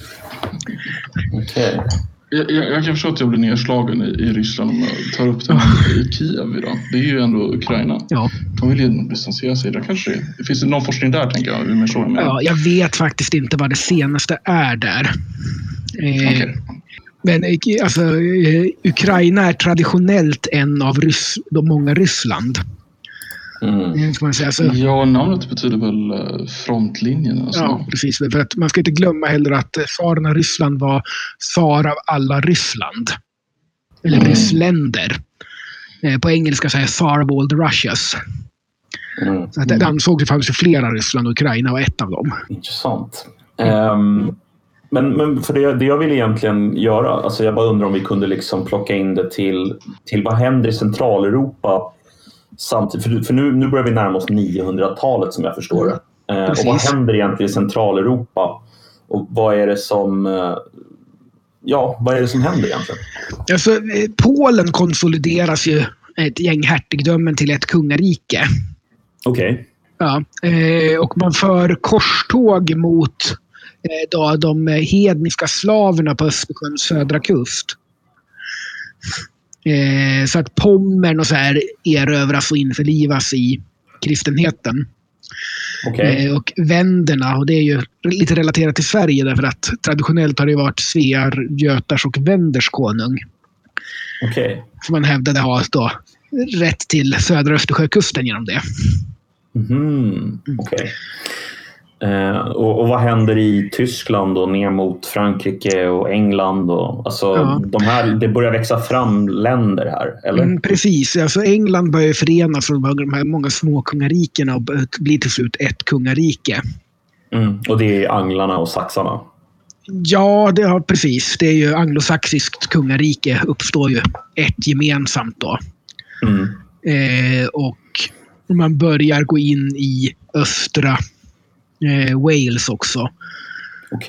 Okej. Okay. Jag, jag, jag kan förstå att jag blir nedslagen i, i Ryssland om jag tar upp det i Kiev idag. Det är ju ändå Ukraina. Ja. De vill ju distansera sig. Där kanske det finns det någon forskning där, tänker jag. Med så, ja, jag vet faktiskt inte vad det senaste är där. Eh, okay. Men alltså, Ukraina är traditionellt en av Ryss, de många Ryssland. Mm. Man säga. Så, ja, namnet betyder väl frontlinjen. Alltså. Ja, precis. För att man ska inte glömma heller att tsaren av Ryssland var tsar av alla Ryssland. Eller mm. ryssländer. På engelska säger tsar of all the Russias. Mm. Så att det ansågs det fanns flera Ryssland och Ukraina var ett av dem. Intressant. Um... Men, men för det, det jag vill egentligen göra, alltså jag bara undrar om vi kunde liksom plocka in det till, till vad händer i Centraleuropa samtidigt, för, för nu, nu börjar vi närma oss niohundratalet som jag förstår det. Eh, och vad händer egentligen i Centraleuropa? Och vad är det som, eh, ja, vad är det som händer egentligen? Alltså, Polen konsolideras ju ett gäng hertigdömen till ett kungarike. Okej. Okay. Ja, eh, och man för korståg mot Då de hedniska slaverna på Östersjöns södra kust. Eh, så att Pommern och så här erövras och införlivas i kristenheten. Okay. Eh, och vänderna, och det är ju lite relaterat till Sverige därför att traditionellt har det varit Svear, Götars och Vänders konung. Okay. Så man hävdade ha då rätt till södra Östersjökusten genom det. Mm. Okej. Okay. Eh, och, och vad händer i Tyskland och ner mot Frankrike och England? Och, alltså, ja. de här, det börjar växa fram länder här, eller? Mm, precis. Alltså, England börjar förenas från de här många små kungarikena och blir till slut ett kungarike. Mm. Och det är anglarna och saxarna? Ja, det har precis. Det är ju anglosaxiskt kungarike uppstår ju ett gemensamt då. Mm. Eh, och man börjar gå in i östra Eh, Wales också. Okay.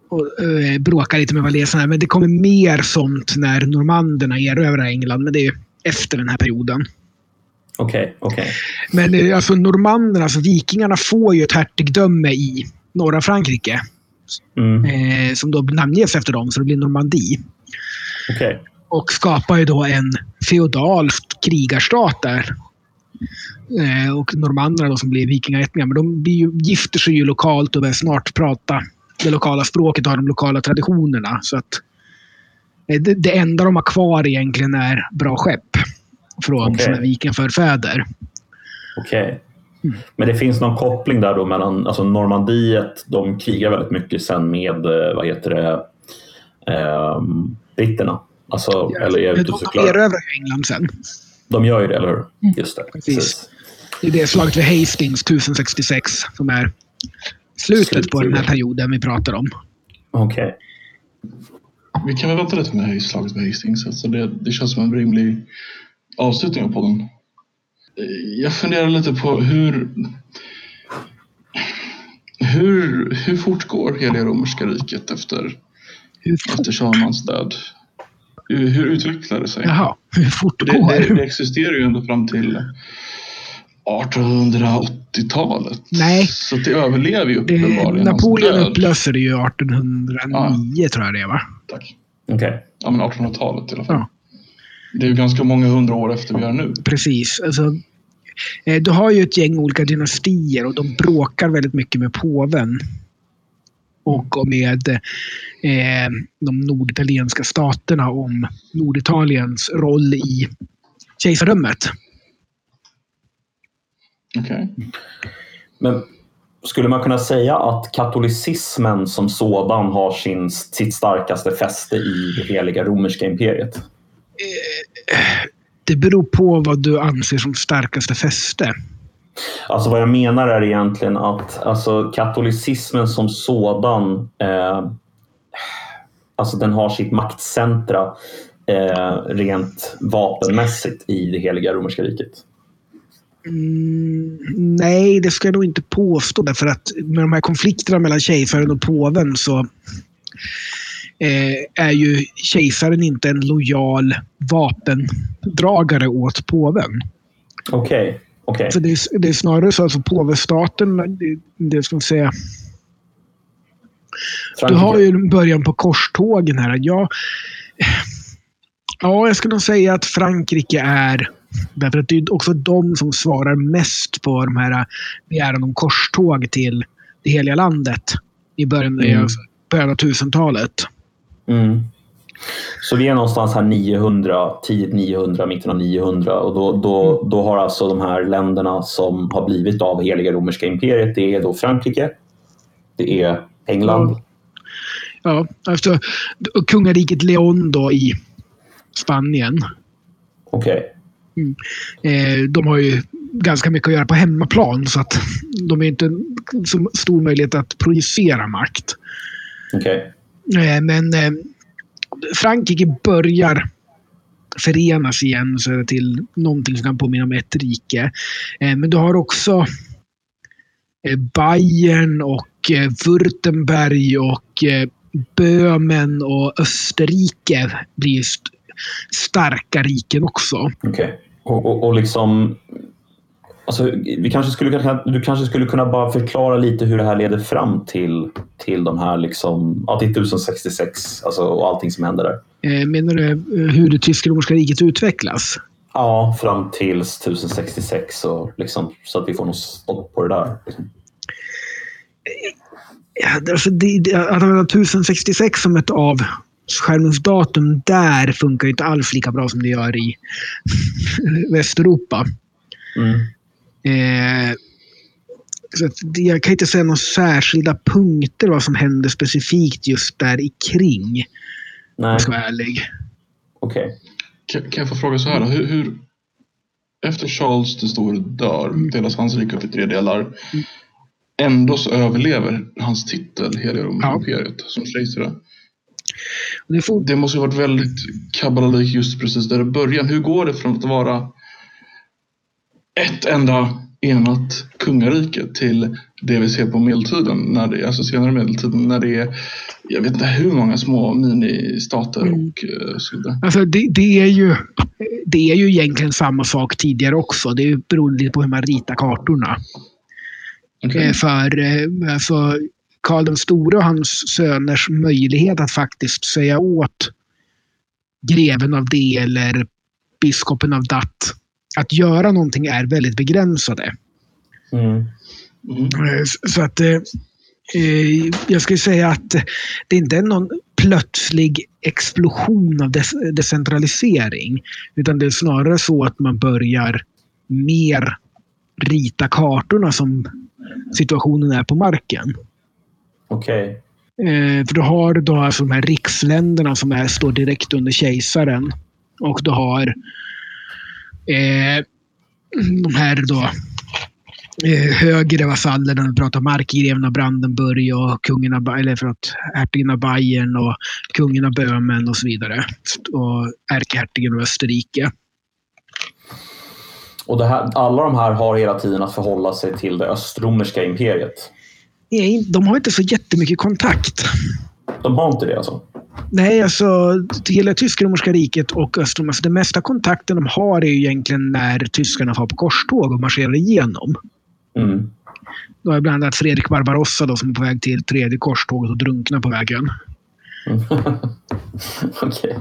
och eh, bråkar lite med waleserna. Men det kommer mer sånt när normanderna erövrar England. Men det är efter den här perioden. Okej, okay, okej. Okay. Men alltså normanderna, alltså vikingarna får ju ett hertigdöme i norra Frankrike. Mm. Eh, som då namnges efter dem, så det blir Normandie. Okej. Okay. Och skapar ju då en feodal krigarstat där. Eh, och normanderna då som blir vikingaättlingar. Men de blir ju, gifter sig ju lokalt och börjar snart prata det lokala språket och har de lokala traditionerna. Så att eh, det, det enda de har kvar egentligen är bra skepp från okay. sina vikingaförfäder. Okej. Okay. Mm. Men det finns någon koppling där då mellan alltså Normandiet, de krigar väldigt mycket sen med, vad heter det, eh, britterna. Alltså, ja, eller är de erövrar England sen. De gör ju det, eller hur? Mm. Just det. Precis. Precis. Det är det slaget vid Hastings tusen sextiosex som är slutet Slut, på den här perioden vi pratar om. Okej. Okay. Vi kan väl vänta lite med slaget vid Hastings. Alltså det, det känns som en rimlig avslutning på den. Jag funderar lite på hur hur, hur fort går hela romerska riket efter, efter Charlemagnes död? Hur, hur utvecklar det sig? Jaha, hur fort det, går det? Det existerar ju ändå fram till artonhundraåttiotalet. Nej. Så det överlever ju uppenbarligen. Napoleon upplöser det ju artonhundranio, ja. Tror jag det var. Tack. Okej. Okay. Ja, men artonhundratalet i alla fall. Ja. Det är ju ganska många hundra år efter vi är nu. Precis. Alltså, du har ju ett gäng olika dynastier och de bråkar väldigt mycket med påven. Och med eh, de norditalienska staterna om Norditaliens roll i kejsardömet. Okej. Okay. Men skulle man kunna säga att katolicismen som sådan har sin, sitt starkaste fäste i det heliga romerska imperiet? Eh, det beror på vad du anser som starkaste fäste. Alltså vad jag menar är egentligen att alltså, katolicismen som sådan eh, alltså den har sitt maktcentra eh, rent vapenmässigt i det heliga romerska riket. Mm, nej, det ska jag nog inte påstå. Därför att med de här konflikterna mellan kejsaren och påven så eh, är ju kejsaren inte en lojal vapendragare åt påven. Okej. Okay. Okay. Så det, är, det är snarare så att alltså, påvestaten, det, det ska man säga. Frankrike. Du har ju början på korstågen här. Ja, ja, jag skulle nog säga att Frankrike är, därför att det är också de som svarar mest på de här begäran om korståg till det heliga landet i början, mm. början av tusentalet. Mm. Så vi är någonstans här niohundra, tidigt niohundra, mitten av niohundra och då, då, då har alltså de här länderna som har blivit av heliga romerska imperiet, det är då Frankrike, det är England. Ja, efter kungariket Leon då i Spanien. Okej. Okay. Mm. Eh, de har ju ganska mycket att göra på hemmaplan så att de är inte så stor möjlighet att projicera makt. Okej. Okay. Eh, men eh, Frankrike börjar förenas igen så till någonting som kan påminna om ett rike. Eh, men du har också eh, Bayern och eh, Württemberg och eh, Böhmen och Österrike blir st- starka riken också. Okej. Okay. Och, och, och liksom alltså, vi kanske skulle, du kanske skulle kunna bara förklara lite hur det här leder fram till, till de här liksom, ja, till tusen sextiosex alltså, och allting som händer där. Eh, menar du hur det tyska romerska riket utvecklas? Ja, fram till tusen sextiosex och liksom, så att vi får något stopp på det där. Liksom. Ja, alltså det, det, att använda tusen sextiosex som ett avskärmningsdatum där funkar inte alls lika bra som det gör i Västeuropa. Mm. Eh, så att jag kan inte säga några särskilda punkter vad som händer specifikt just där i kring. Nej. Jag ska vara ärlig. Okej. Okay. Kan, kan jag få fråga så här? Hur, hur efter Charles den store dör, mm. delas hans rike upp i tre delar. Mm. Ändå så överlever hans titel hela romerska imperiet som kejsare. Det, får... det måste ju ha varit väldigt kabbalarik just precis där i början. Hur går det från att vara ett enda enat kungariket till det vi ser på medeltiden, när det, alltså senare medeltiden, när det är, jag vet inte hur många små ministater Mm. och uh, så vidare. Alltså det, det, är ju, det är ju egentligen samma sak tidigare också. Det beror lite på hur man ritar kartorna. Okay. Eh, För eh, alltså, Karl den store och hans söners möjlighet att faktiskt säga åt greven av det eller biskopen av datt att göra någonting är väldigt begränsade. Mm. Mm. Så att eh, jag skulle säga att det inte är någon plötslig explosion av des- decentralisering, utan det är snarare så att man börjar mer rita kartorna som situationen är på marken. Okej. Eh, för du har då alltså de här riksländerna som är, står direkt under kejsaren, och du har eh, de här då eh, högre vasallerna, vi pratar markgreven av Brandenburg och kungen av, eller för att hertigen av Bayern och kungen av Böhmen och så vidare, och ärkehertigen av Österrike. Och det här, alla de här har hela tiden att förhålla sig till det östromerska imperiet. Nej, de har inte så jättemycket kontakt. De har inte det alltså? Nej, alltså hela Tysk-romerska riket och Östrom, alltså det mesta kontakten de har är ju egentligen när tyskarna får på korståg och marscherar igenom. Mm. Då är bland annat Fredrik Barbarossa då, som är på väg till tredje korståget och drunknar på vägen. Mm. Okej. Okay.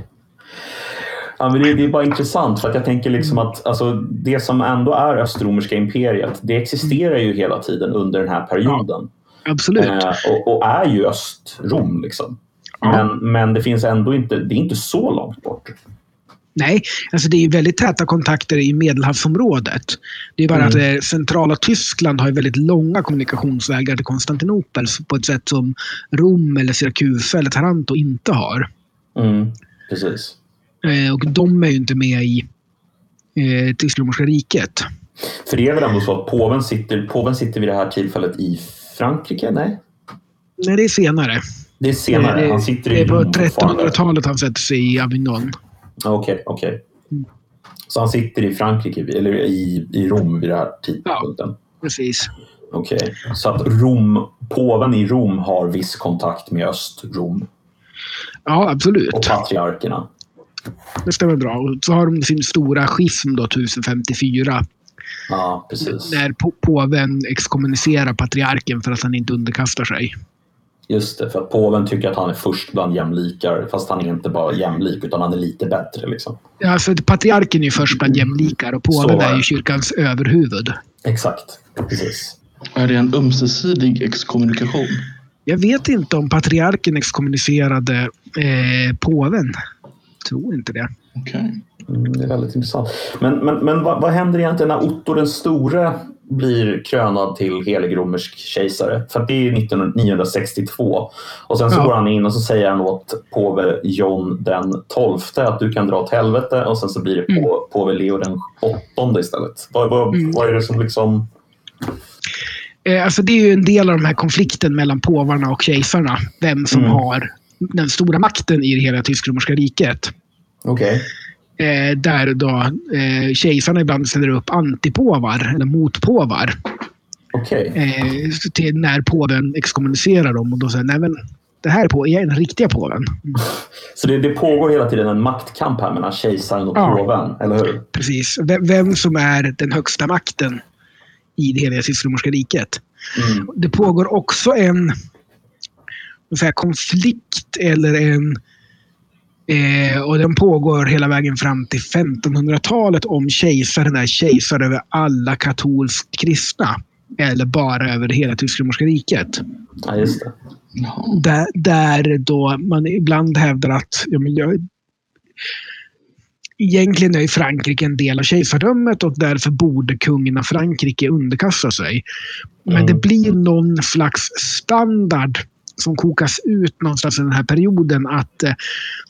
Ja, men det, det är bara intressant, för att jag tänker liksom att alltså, det som ändå är östromerska imperiet, det existerar ju hela tiden under den här perioden. Ja, absolut. Eh, och, och är ju Östrom liksom. Ja. Men, men det finns ändå inte, det är inte så långt bort. Nej, alltså det är väldigt täta kontakter i Medelhavsområdet. Det är bara Mm. att centrala Tyskland har väldigt långa kommunikationsvägar till Konstantinopel på ett sätt som Rom eller Syrakusa eller Taranto inte har. Mm, precis. Eh, och de är ju inte med i eh, Tysk-romerska riket. För det är väl ändå så att påven sitter, påven sitter vid det här tillfället i Frankrike, nej? Nej, det är senare. Det är senare, det, han sitter det i är på Rom trettonhundratalet han sätter sig i Avignon. Okej, okay, okej. Okay. Så han sitter i Frankrike, eller i, i Rom vid den här tidpunkten? Ja, precis. Okej, okay. Så att Rom, påven i Rom har viss kontakt med Östrom? Ja, absolut. Och patriarkerna? Det stämmer bra. Och så har de sin stora schism då tusen femtiofyra. Ja, precis. När påven exkommunicerar patriarken för att han inte underkastar sig. Just det, för att påven tycker att han är först bland jämlikar, fast han är inte bara jämlik utan han är lite bättre liksom. Ja, alltså patriarken är ju först bland jämlikar och påven är ju kyrkans överhuvud. Exakt, precis. Är det en ömsesidig exkommunikation? Jag vet inte om patriarken exkommunicerade eh, påven. Jag tror inte det. Okej. Okay. Mm, det är väldigt intressant. Men, men, men vad, vad händer egentligen när Otto den store blir krönad till helig-romersk kejsare? För att det är niohundrasextiotvå. Och sen så ja. går han in och så säger han åt påve John den tolfte att du kan dra åt helvete. Och sen så blir det på, mm. påve Leo den åttonde istället. Vad, vad, mm. vad är det som liksom... Eh, alltså det är ju en del av de här konflikten mellan påvarna och kejsarna. Vem som mm. har den stora makten i det hela Tysk-romerska riket. Okej. Okay. Eh, där då eh, kejsarna ibland ställer upp antipåvar eller motpåvar. Okej. Okay. Eh, till när påven exkommunicerar dem och då säger nej men det här är, på, är den riktiga påven. Mm. Så det, det pågår hela tiden en maktkamp här mellan kejsaren och ja. påven, eller hur? Precis. V- vem som är den högsta makten i det hela Tysk-romerska riket. Mm. Det pågår också en säga, konflikt eller en Eh, och den pågår hela vägen fram till femtonhundratalet om kejsaren är kejsare över alla katolskt kristna eller bara över hela Tysk-romerska riket. Ja, just det. Där, där då man ibland hävdar att ja, men jag, egentligen är Frankrike en del av kejsardömet och därför borde kungen av Frankrike underkasta sig. Men mm. det blir någon slags standard som kokas ut någonstans i den här perioden att eh,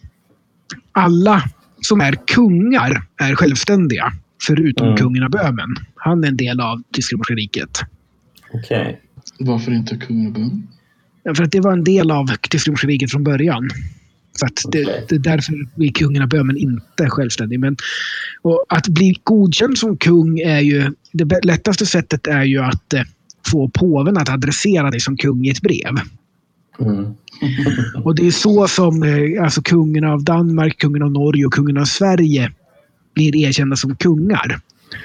alla som är kungar är självständiga förutom mm. kungen av Böhmen. Han är en del av Tysk-romerska riket. Okej. Okay. Varför inte kungen av Böhmen? Ja, för att det var en del av Tysk-romerska riket från början. Så att det, okay. det är därför blir kungen av Böhmen inte självständig. Men och att bli godkänd som kung är ju det lättaste sättet är ju att eh, få påven att adressera dig som kung i ett brev. Mm. Och det är så som eh, alltså kungen av Danmark, kungen av Norge och kungen av Sverige blir erkända som kungar.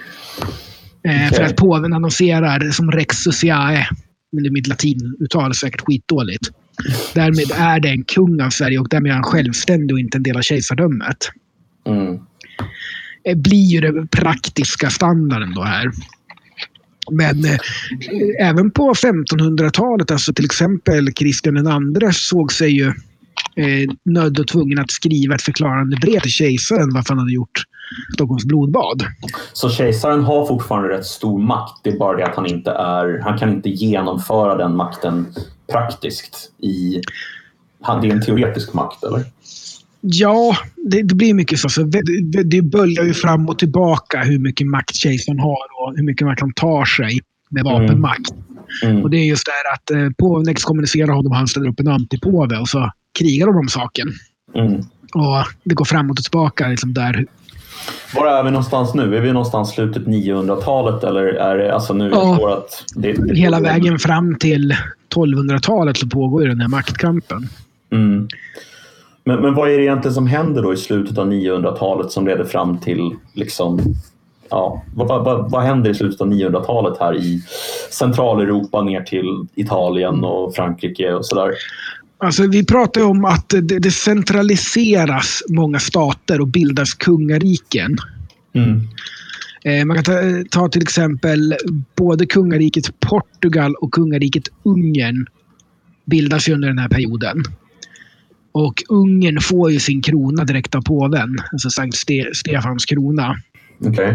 Eh, Okay. För att påven annonserar som Rex Sociae, men det är mitt latinuttal är säkert skitdåligt. Därmed är det en kung av Sverige och därmed är han självständig och inte en del av kejsardömet. Mm. Det blir ju den praktiska standarden då här. Men eh, även på femtonhundratalet, alltså till exempel Kristian den andre såg sig ju eh, nödd och tvungen att skriva ett förklarande brev till kejsaren varför han hade gjort Stockholms blodbad. Så kejsaren har fortfarande rätt stor makt. Det är bara det att han inte är, han kan inte genomföra den makten praktiskt i, det är en teoretisk makt, eller? Ja, det, det blir mycket så. så det, det, det böljar ju fram och tillbaka hur mycket makt kejsaren har och hur mycket man kan ta sig med vapenmakt. Mm. Mm. Och det är just det här att eh, påven exkommunicerar honom och han ställer upp en antipåve och så krigar de om saken. Mm. Och det går framåt och tillbaka liksom där. Var är vi någonstans nu? Är vi någonstans slutet niohundratalet eller är det alltså nu ja, att det, det, hela det, vägen fram till tolvhundratalet så pågår ju den här maktkampen. Mm. Men, men vad är det egentligen som händer då i slutet av niohundratalet som leder fram till liksom, ja, vad, vad, vad händer i slutet av niohundratalet här i Centraleuropa ner till Italien och Frankrike och sådär? Alltså, vi pratar ju om att det, det centraliseras många stater och bildas kungariken. Mm. Eh, man kan ta, ta till exempel både kungariket Portugal och kungariket Ungern bildas ju under den här perioden. Och Ungern får ju sin krona direkt av påven, alltså Sankt Ste- Stefans krona. Okay.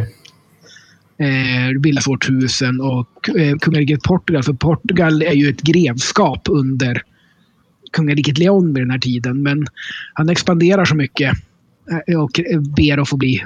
Eh, det bildas år tusen och eh, kungariket Portugal, för Portugal är ju ett grevskap under kungariket Leon vid den här tiden, men han expanderar så mycket och ber att få bli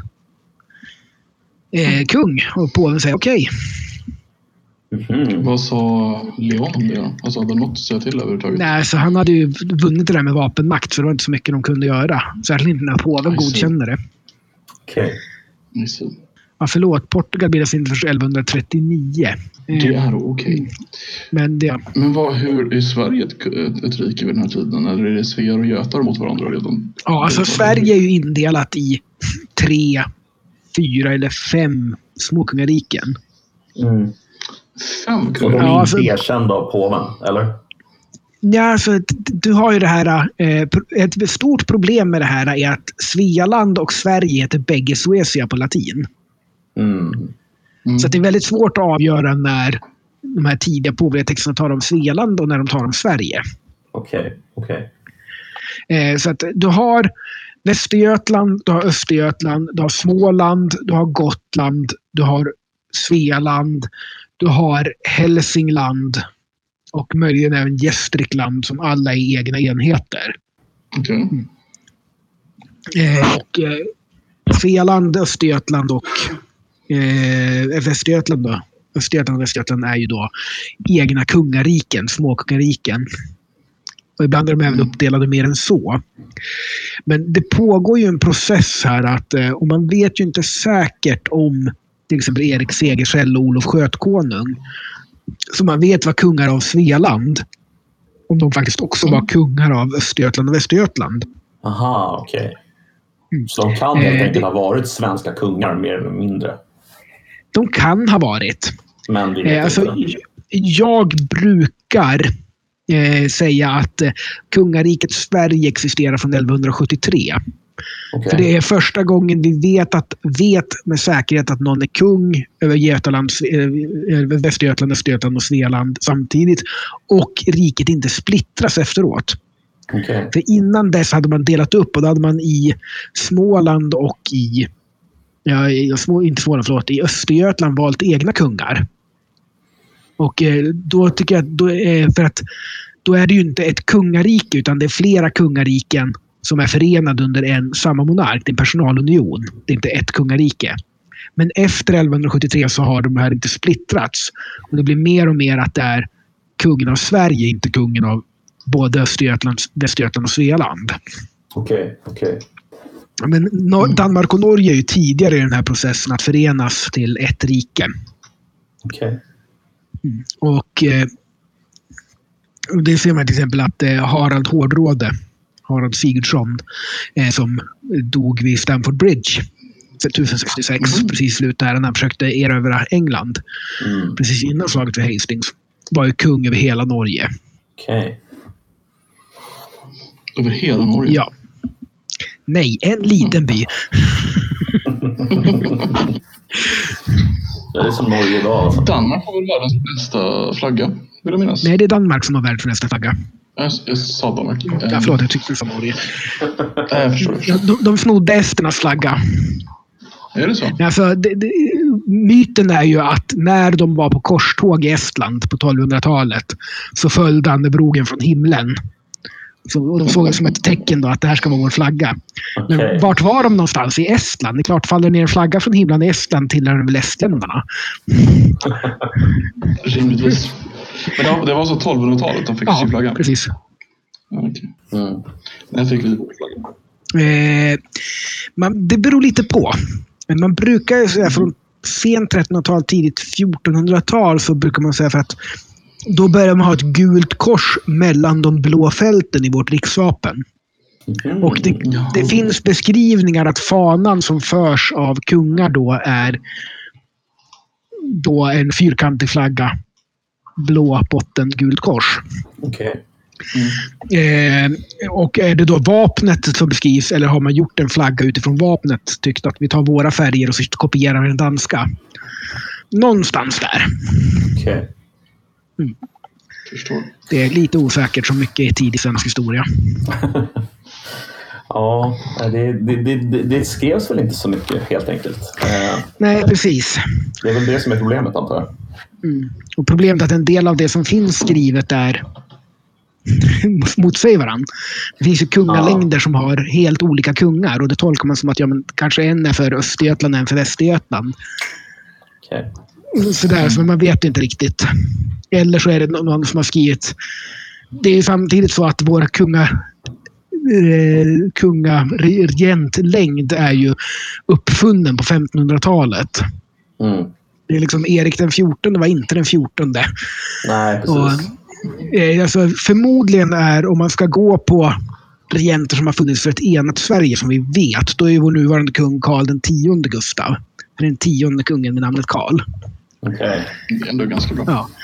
eh, kung och påven säger okej. Okay. Mm. Vad sa Leon om det då? Alltså hade något att säga till överhuvudtaget? Nej, så han hade ju vunnit det där med vapenmakt så det var inte så mycket de kunde göra. Särskilt inte när påven godkände det. Okej. Okay. Ja, förlåt, Portugal bildas inte först elvahundratrettionio. Det är okej. Okay. Men, det... Men vad, hur är Sverige ett, ett, ett rike vid den här tiden? Eller är det svear och götar mot varandra redan? Ja, alltså Sverige är ju indelat i tre, fyra eller fem småkungariken. Mm. Fem kungar? Och de är ja, alltså... erkända av påven, eller? Ja, alltså, du har ju det här, eh, ett stort problem med det här är att Svealand och Sverige heter bägge Suecia på latin. Mm. Mm. Så att det är väldigt svårt att avgöra när de här tidiga påvliga texterna tar om Svealand och när de tar om Sverige. Okej, okay, okej. Okay. Eh, så att du har Västergötland, du har Östergötland, du har Småland, du har Gotland, du har Svealand, du har Hälsingland och möjligen även Gästrikland som alla är egna enheter. Okay. Mm. Eh, och eh, Svealand, Östergötland och eh, Västergötland då. Östergötland och Västergötland är ju då egna kungariken, småkungariken. Och ibland är de även uppdelade mer än så. Men det pågår ju en process här att, eh, och man vet ju inte säkert om till exempel Erik Segersäll och Olof Skötkonung. Så man vet vad kungar av Svealand. Om de faktiskt också var kungar av Östergötland och Västergötland. Aha, okej. Okay. Mm. Så de kan helt enkelt eh, ha varit svenska kungar mer eller mindre? De kan ha varit. Men vi vet eh, alltså, inte. Jag brukar eh, säga att eh, kungariket Sverige existerar från elvahundrasjuttiotre. Okay. För det är första gången vi vet, att, vet med säkerhet att någon är kung över Götaland, äh, Västergötland, Östergötland och Svealand samtidigt. Och riket inte splittras efteråt. Okay. För innan dess hade man delat upp och då hade man i Småland och i, ja, i små, inte Småland, förlåt, i Östergötland valt egna kungar. Och eh, då tycker jag, då, eh, för att då är det ju inte ett kungarike utan det är flera kungariken som är förenade under en samma monark. Det är en personalunion. Det är inte ett kungarike. Men efter elvahundrasjuttiotre så har de här inte splittrats. Och det blir mer och mer att det är kungen av Sverige, inte kungen av både Östergötland, Västergötland och Svealand. Okej, okay, okej. Okay. Men Danmark och Norge är ju tidigare i den här processen att förenas till ett rike. Okej. Okay. Mm. Och eh, det ser man till exempel att eh, Harald Hårdråde, Harald Sigurdsson, eh, som dog vid Stamford Bridge tusen sextiosex, mm. precis i slutet där när han försökte erövra England. Mm. Precis innan slaget vid Hastings. Var ju kung över hela Norge. Okej. Okay. Över hela Norge? Ja. Nej, en liten by. Det är som Norge idag. Alltså. Danmark har väl världens bästa flagga, vill jag minnas? Nej, det är Danmark som har världens bästa flagga. Jag, jag sa Danmark. Ja, förlåt, jag tyckte det var Norge. Jag förstår. De, de snodde esternas flagga. Är det så? Alltså, det, det, myten är ju att när de var på korståg i Estland på tolvhundratalet så föll Dannebrogen från himlen. Så, och de såg det som ett tecken då att det här ska vara vår flagga. Okay. Men vart var de någonstans? I Estland? Det är klart, faller ner en flagga från himlen i Estland tillhör de väl estländarna. Rimligtvis. Men det var, det var så tolvhundratalet de fick ja, sin flagga? Ja, precis. Okay. Mm. När fick vi vår flagga? Eh, man, det beror lite på. Men man brukar säga från sent trettonhundratal, tidigt fjortonhundratal så brukar man säga för att då börjar man ha ett gult kors mellan de blå fälten i vårt riksvapen. Mm. Och det, det finns beskrivningar att fanan som förs av kungar då är då en fyrkantig flagga, blå botten, gult kors. Okej. Okay. Mm. Eh, och är det då vapnet som beskrivs eller har man gjort en flagga utifrån vapnet, tyckt att vi tar våra färger och så kopierar den danska? Någonstans där. Okej. Okay. Mm. Förstår. Det är lite osäkert som mycket i tidig svensk historia. Ja, det, det, det, det skrevs väl inte så mycket helt enkelt. Nej, precis. Det är väl det som är problemet, antar jag. Mm. Och problemet är att en del av det som finns skrivet är mot sig varandra. Det finns ju kungalängder ja. som har helt olika kungar och det tolkar man som att ja, men kanske en är för Östergötland och en för Västergötland. Okej. Okay. Sådär, så man vet inte riktigt. Eller så är det någon som har skrivit. Det är samtidigt så att våra kunga eh, kungaregentlängd är ju uppfunnen på femtonhundratalet. Mm. Det är liksom Erik den fjortonde var inte den fjortonde. Nej, precis. Och, eh, alltså, förmodligen är, om man ska gå på regenter som har funnits för ett enat Sverige som vi vet, då är vår nuvarande kung Karl den tionde Gustav. Den tionde kungen med namnet Karl. Okej. Okay. Det är ändå ganska bra. Ja.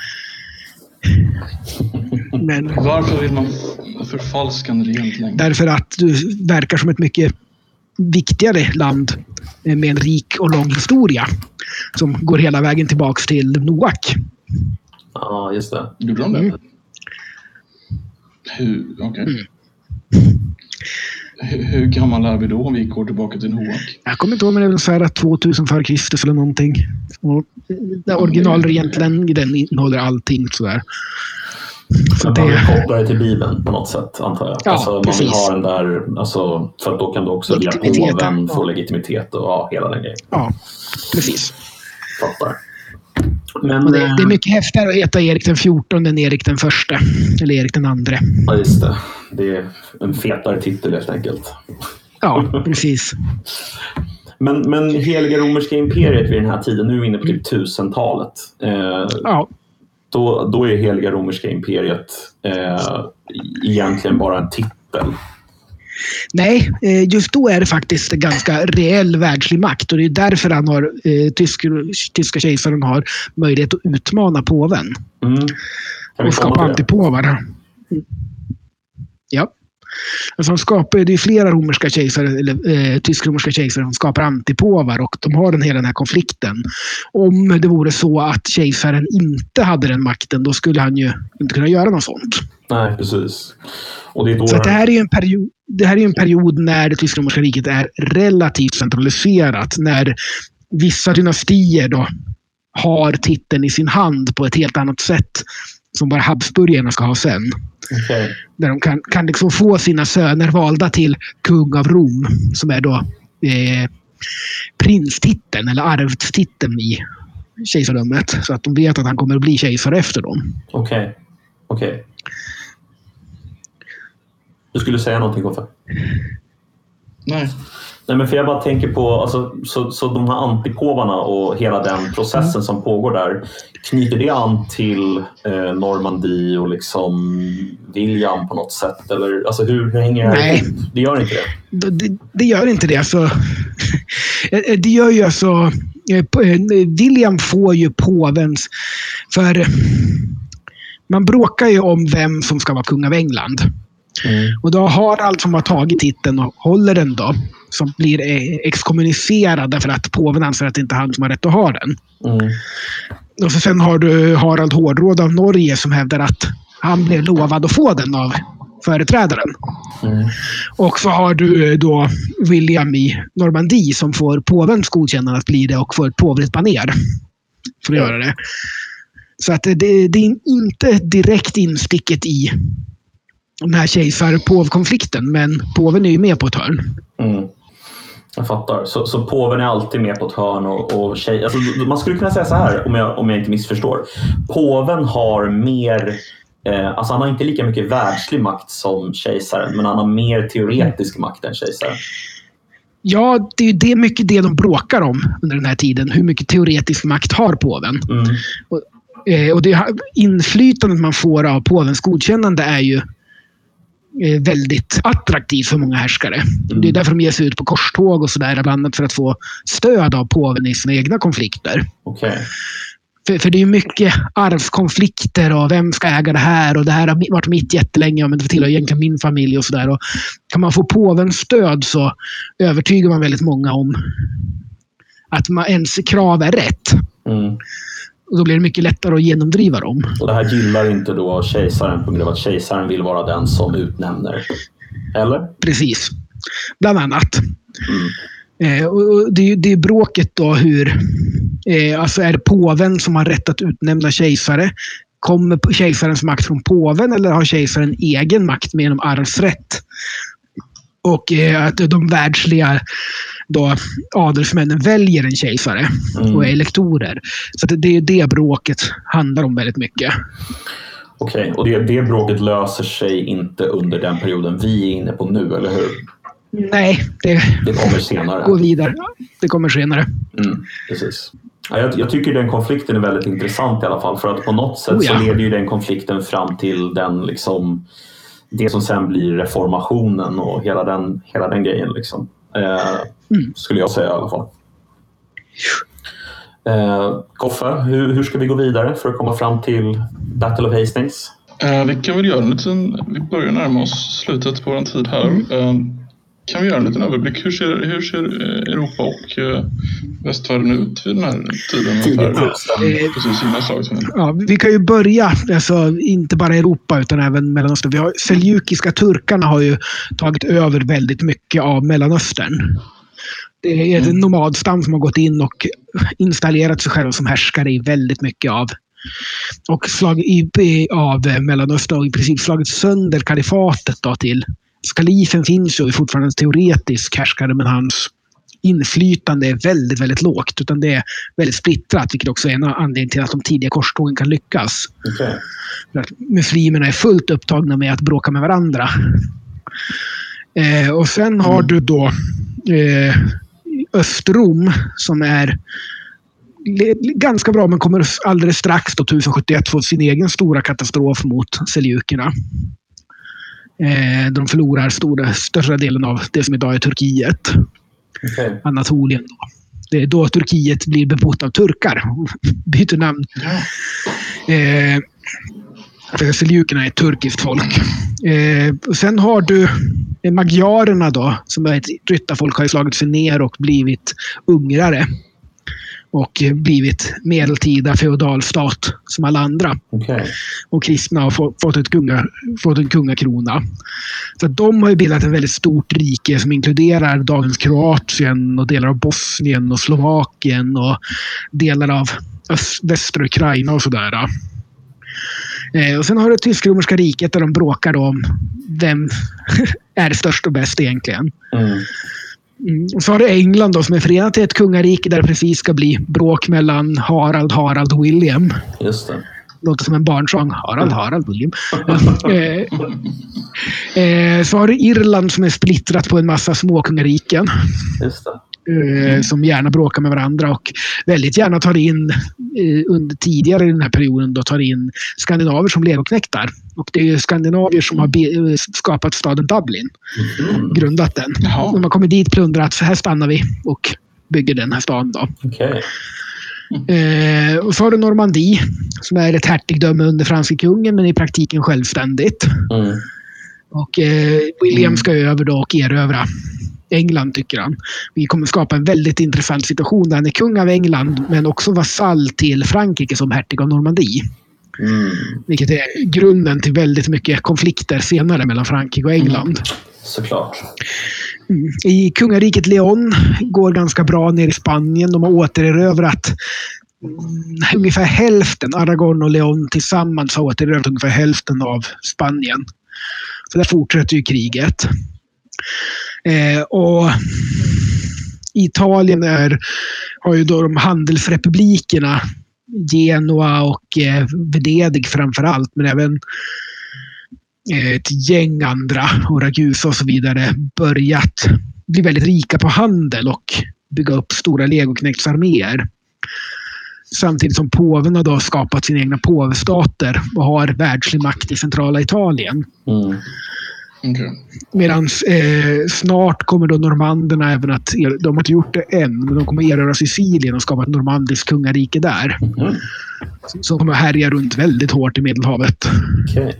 Men, varför vill man förfalska en regentlängd? Därför att du verkar som ett mycket viktigare land med en rik och lång historia som går hela vägen tillbaks till Noak. Ja, just det. Gjorde de det? Mm. Hur, okay. mm. hur, hur gammal är vi då om vi går tillbaka till Noak? Jag kommer inte ihåg, men det är väl så här tvåtusen före Kristus eller någonting. Och originalregentlängden innehåller allting sådär. Så man det... kopplar det till Bibeln på något sätt, antar jag. Ja, alltså, man vill ha den där, alltså, för att då kan du också via påven få legitimitet och ja, hela den grejen. Ja, precis. Fattar. Men, det, det är mycket häftigare att heta Erik den fjortonde än Erik den första. Eller Erik den andre. Ja, just det. Det är en fetare titel helt enkelt. Ja, precis. Men, men Heliga romerska imperiet vid den här tiden, nu är vi inne på typ tusentalet. Eh, ja. Då, då är Heliga romerska imperiet eh, egentligen bara en titel. Nej, just då är det faktiskt en ganska reell världslig makt och det är därför han har, eh, tysk, tyska kejsaren har möjlighet att utmana påven. Mm. Och skapa antipåvar. Mm. Ja. Alltså, de skapar, det är flera romerska kejsare, eller eh, tysk-romerska kejsare som skapar antipåvar och de har den hela den här konflikten. Om det vore så att kejsaren inte hade den makten, då skulle han ju inte kunna göra något sånt. Nej, precis. Och det är då... Så det här är ju en period, det här är en period när det tysk-romerska riket är relativt centraliserat, när vissa dynastier då har titeln i sin hand på ett helt annat sätt som bara Habsburgarna ska ha sen. Okay. Där de kan, kan liksom få sina söner valda till kung av Rom, som är då eh, prinstiteln eller arvstiteln i kejsardömet, så att de vet att han kommer att bli kejsare efter dem. Okej, okay. okej. Okay. Du skulle säga någonting, Koffe? Nej. Nej, men för jag bara tänker på alltså, så, så de här antipåvarna och hela den processen mm. som pågår där, knyter det an till eh, Normandie och liksom William på något sätt? Eller alltså, hur, hur hänger det här ihop? Det gör inte det. Det, det gör inte det. Alltså, det gör ju alltså... William får ju påvens... För man bråkar ju om vem som ska vara kung av England. Mm. Och då Harald som har tagit titeln och håller den då, som blir exkommunicerad därför att påven anser att det inte är han som har rätt att ha den. Mm. Och så sen har du Harald Hårdråd av Norge som hävdar att han blev lovad att få den av företrädaren. Mm. Och så har du då William i Normandie som får påvens godkännande att bli det och får ett påvligt baner för att mm. göra det. Så att det, det är inte direkt insticket i den här kejsar-påv-konflikten, men påven är ju med på ett hörn. Mm. Jag fattar. Så, så påven är alltid med på ett hörn och, och tjej... Alltså, man skulle kunna säga så här, om jag, om jag inte missförstår. Påven har mer... Eh, alltså han har inte lika mycket världslig makt som kejsaren, men han har mer teoretisk makt än kejsaren. Ja, det är det mycket det de bråkar om under den här tiden. Hur mycket teoretisk makt har påven? Mm. Och, eh, och det inflytandet man får av påvens godkännande är ju väldigt attraktiv för många härskare. Mm. Det är därför de ger sig ut på korståg och sådär ibland för att få stöd av påven i sina egna konflikter. Okay. För, för det är ju mycket arvskonflikter och vem ska äga det här och det här har varit mitt jättelänge men det tillhör egentligen min familj och sådär. Och kan man få påvens stöd så övertygar man väldigt många om att man, ens krav är rätt. Mm. Och då blir det mycket lättare att genomdriva dem. Och det här gillar inte då kejsaren på grund av att kejsaren vill vara den som utnämner. Eller? Precis. Bland annat. Mm. Eh, och det, det är bråket då hur... Eh, alltså är det påven som har rätt att utnämna kejsare? Kommer kejsarens makt från påven eller har kejsaren egen makt med genom arvsrätt? Och eh, att de världsliga då adelsmännen väljer en kejsare mm. och är elektorer. Så att det är det bråket handlar om väldigt mycket. Okej, okay. Och det, det bråket löser sig inte under den perioden vi är inne på nu, eller hur? Nej, det, det kommer senare. Gå vidare. Det kommer senare. Mm, precis. Ja, jag, jag tycker den konflikten är väldigt intressant i alla fall. För att på något sätt oh, ja. så leder ju den konflikten fram till den liksom... det som sen blir reformationen och hela den, hela den grejen liksom. Eh, mm. Skulle jag säga i alla fall. Eh, Koffe, hur, hur ska vi gå vidare för att komma fram till Battle of Hastings? Eh, vi kan väl göra en liten, vi börjar närma oss slutet på vår tid här. Mm. Eh, kan vi göra en liten överblick? Hur ser, hur ser Europa och eh, västvärlden ut vid den här tiden? Tidigt. Precis innan slaget. Ja, vi kan ju börja, alltså, inte bara Europa utan även Mellanöstern. Vi har, seljukiska turkarna har ju tagit över väldigt mycket av Mellanöstern. Det är en nomadstam som har gått in och installerat sig själv som härskare i väldigt mycket av och slag i, av Mellanöstern och i princip slagit sönder kalifatet då till kalifen finns ju och är fortfarande en teoretisk härskare, men hans inflytande är väldigt, väldigt lågt, utan det är väldigt splittrat, vilket också är en anledning till att de tidiga korstågen kan lyckas. Okay. För att muslimerna är fullt upptagna med att bråka med varandra. Eh, och sen mm. har du då eh, Östrom som är ganska bra, men kommer alldeles strax då tusen sjuttioett få sin egen stora katastrof mot seljukerna. De förlorar stora, största delen av det som idag är Turkiet. Okay. Anatolien då. Det är då Turkiet blir bebott av turkar. Byter namn. Ja. Eh, för seljukerna är ett turkiskt folk. Eh, och sen har du magyarerna då, som är ett ryttarfolk, har slagit sig ner och blivit ungrare. Och blivit medeltida feodalstat som alla andra. Okay. Och kristna har fått, ett kunga, fått en kungakrona. Så att de har ju bildat ett väldigt stort rike som inkluderar dagens Kroatien och delar av Bosnien och Slovakien och delar av öst, västra Ukraina och sådär. Eh, och sen har du tysk-romerska riket där de bråkar om vem är störst och bäst egentligen. Mm. Mm. Och så har du England då, som är förenat till ett kungarike där det precis ska bli bråk mellan Harald, Harald och William. Just det. Låter som en barnsång. Harald, Harald, William. eh, eh, så har du Irland som är splittrat på en massa småkungariken. Just det. Mm. Som gärna bråkar med varandra och väldigt gärna tar in eh, under tidigare i den här perioden då tar in skandinaver som legoknektar. Och det är skandinavier som har be- skapat staden Dublin. Mm. Grundat den. Jaha. De har kommit dit, plundrat, så här stannar vi och bygger den här staden då. Okay. Eh, och så har du Normandie som är ett hertigdöme under franska kungen men i praktiken självständigt. Mm. Och eh, William ska över då och erövra England, tycker han. Vi kommer skapa en väldigt intressant situation där han är kung av England men också vasall till Frankrike som hertig av Normandie. Mm. Vilket är grunden till väldigt mycket konflikter senare mellan Frankrike och England. Mm. Såklart. Mm. I kungariket Leon går ganska bra ner i Spanien. De har återerövrat mm, ungefär hälften. Aragon och Leon tillsammans har återerövrat ungefär hälften av Spanien. Så där fortsätter ju kriget. Eh, och Italien är, har ju då de handelsrepublikerna Genua och eh, Venedig framför allt, men även eh, ett gäng andra, och Ragusa och så vidare, börjat bli väldigt rika på handel och bygga upp stora legoknektsarméer. Samtidigt som påven då har skapat sina egna påvestater och har världslig makt i centrala Italien. Mm. Okay. Medan eh, snart kommer då normanderna även att, de har inte gjort det än, men de kommer erövra Sicilien och skapa ett normandiskt kungarike där. Mm. Som kommer härja runt väldigt hårt i Medelhavet. Okay.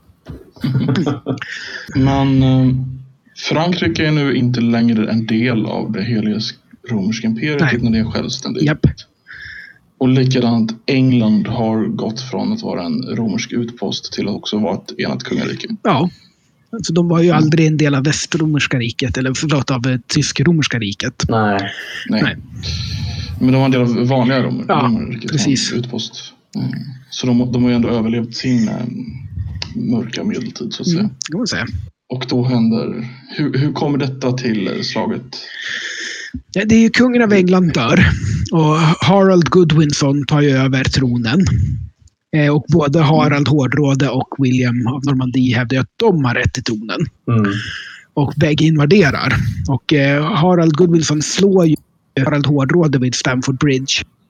Men eh, Frankrike är nu inte längre en del av det heliga romerska imperiet. Nej. Utan det är självständigt. Japp. Och likadant England har gått från att vara en romersk utpost till att också vara ett enat kungarike. Ja. Alltså, de var ju aldrig en del av västromerska riket, eller förlåt, av tysk-romerska riket. Nej. Nej. Nej. Men de var en del av vanliga romer, ja, romerriket, precis. Utpost. Mm. Så de, de har ju ändå överlevt sin äh, mörka medeltid, så att säga. Mm, kan man säga. Och då händer... Hur, hur kommer detta till slaget? Ja, det är ju kungen av England dör. Och Harald Godwinson tar ju över tronen. Och både Harald Hårdråde och William av Normandie hävdar att de har rätt till tronen. Mm. Och bägge invaderar. Och eh, Harald Godwinson slår ju Harald Hårdråde vid Stamford Bridge.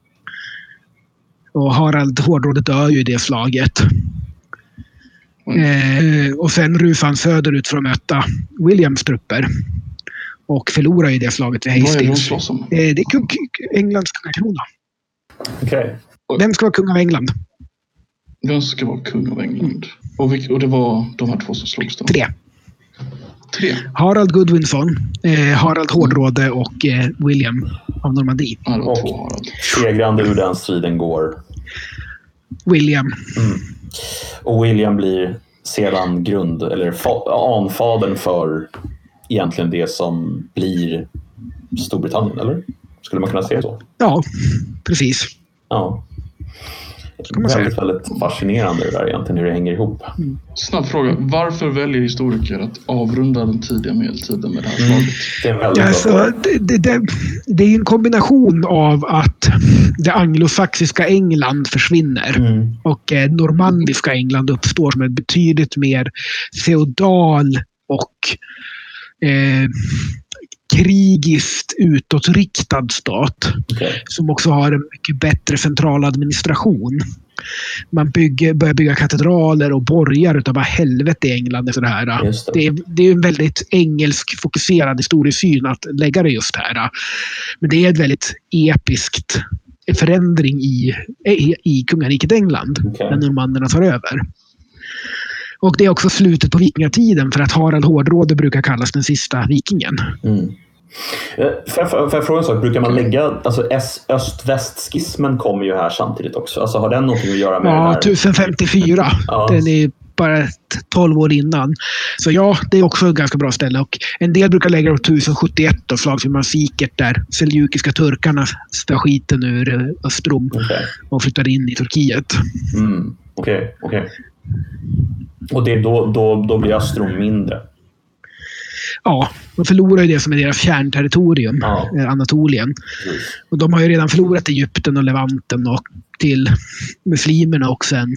Och Harald Hårdråde dör ju i det slaget. Mm. Eh, och sen rusar han söderut för att möta Williams trupper. Och förlorar i det slaget vid Hastings. Vad är det de eh, det är kung, Englands kungakrona. Okej. Okay. Vem ska vara kung av England? Vem ska vara kung av England? Och, vilk, och det var de här två som slogs då? Tre. Tre? Harald Godwinson, eh, Harald Hårdråde och eh, William av Normandie. Ja, det var två Harald. Segrande ur den striden går William. Mm. Och William blir sedan grund, eller fa- anfadern för egentligen det som blir Storbritannien, eller? Skulle man kunna säga så? Ja, precis. Ja. Väldigt, väldigt fascinerande det där egentligen, hur det hänger ihop. Mm. Snabb fråga. Varför väljer historiker att avrunda den tidiga medeltiden med det här slaget? Mm. Det är en väldigt ja, alltså, det, det, det, det är en kombination av att det anglosaxiska England försvinner mm. och eh, normandiska England uppstår som ett betydligt mer feodal och eh, krigiskt utåtriktad stat. Okay. Som också har en mycket bättre central administration. Man bygger, börjar bygga katedraler och borgar utav vad helvete i England är sådär. Det. Det, är, det är en väldigt engelsk fokuserad historiesyn att lägga det just här. Men det är ett väldigt episkt förändring i, i, i kungariket England. Okay. När normanderna tar över. Och det är också slutet på vikingatiden, för att Harald Hårdråde brukar kallas den sista vikingen. Mm. För jag, för jag fråga en sak, brukar man lägga, alltså öst-väst-skismen kommer ju här samtidigt också. Alltså har den någonting att göra med ja, det här? tusen femtiofyra. Ja. Den är bara tolv år innan. Så ja, det är också ett ganska bra ställe. Och en del brukar lägga det tusen sjuttioett och slags vid Mansikert, där seljukiska turkarna star skiten ur Östrom okay. och flyttar in i Turkiet. Mm. Okej, okay, okej. Okay. Och det, då, då, då blir Östrom mindre? Ja, de förlorar ju det som är deras kärnterritorium, ja. Anatolien. Mm. Och de har ju redan förlorat Egypten och Levanten och till muslimerna också. En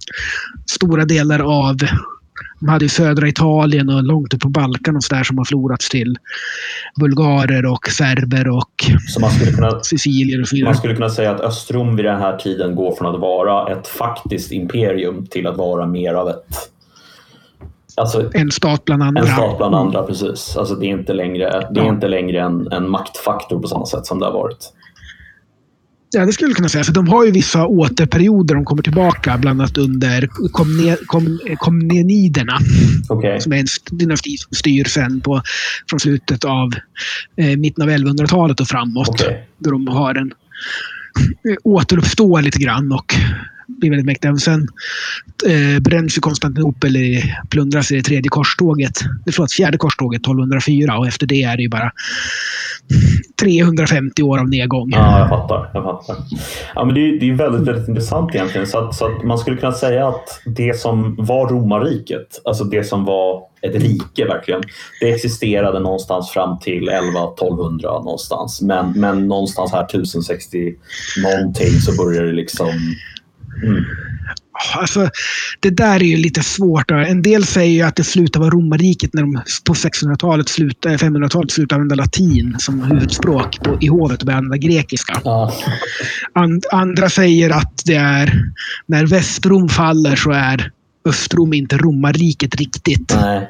stora delar av, de hade ju södra Italien och långt upp på Balkan och så där som har förlorats till bulgarer och serber och så man skulle kunna, sicilier och så vidare. Man skulle kunna säga att Östrom vid den här tiden går från att vara ett faktiskt imperium till att vara mer av ett Alltså, en stat bland andra. En stat bland andra, precis. Alltså, det är inte längre, det är inte längre en, en maktfaktor på samma sätt som det har varit. Ja, det skulle jag kunna säga. För de har ju vissa återperioder de kommer tillbaka, bland annat under komne, kom, komneniderna. Okay. Som är en dynasti som styr sen på, från slutet av eh, mitten av elvahundratalet och framåt. Okay. Då de har en eh, återuppstår lite grann och blir väldigt mäktiga. Sen eh, bränns ju Konstantinopel i, plundras i det tredje korståget. Det förlåt, fjärde korståget tolvhundrafyra och efter det är det ju bara trehundrafemtio år av nedgång. Ja, jag fattar. Jag fattar. Ja, men det är, det är väldigt, väldigt intressant egentligen. Så att, så att man skulle kunna säga att det som var romarriket, alltså det som var ett rike verkligen, det existerade någonstans fram till elva tolvhundra någonstans. Men, men någonstans här tusen sextio någonting så börjar det liksom... Mm. Alltså, det där är ju lite svårt. En del säger ju att det slutar vara romarriket när de på sexhundratalet slutar, femhundratalet slutar använda latin som huvudspråk på, i hovet och börjar använda grekiska. Ja. And, andra säger att det är när Västrom faller så är Östrom inte romarriket riktigt. Nej.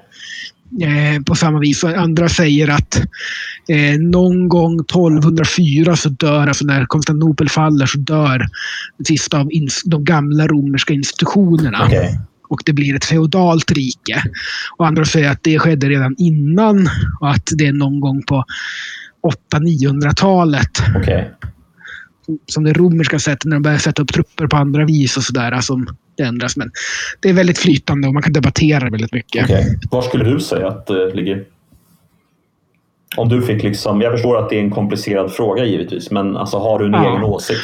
Eh, på samma vis. Andra säger att eh, någon gång tolvhundrafyra så dör, alltså när Konstantinopel faller så dör det sista av ins- de gamla romerska institutionerna. Okay. Och det blir ett feodalt rike. Och andra säger att det skedde redan innan och att det är någon gång på åttahundra niohundratalet. Okay. Som det romerska sättet när de börjar sätta upp trupper på andra vis och sådär som det ändras. Men det är väldigt flytande och man kan debattera väldigt mycket. Okay. Var skulle du säga att det uh, ligger? Om du fick liksom, jag förstår att det är en komplicerad fråga givetvis, men alltså, har du en ja. egen åsikt?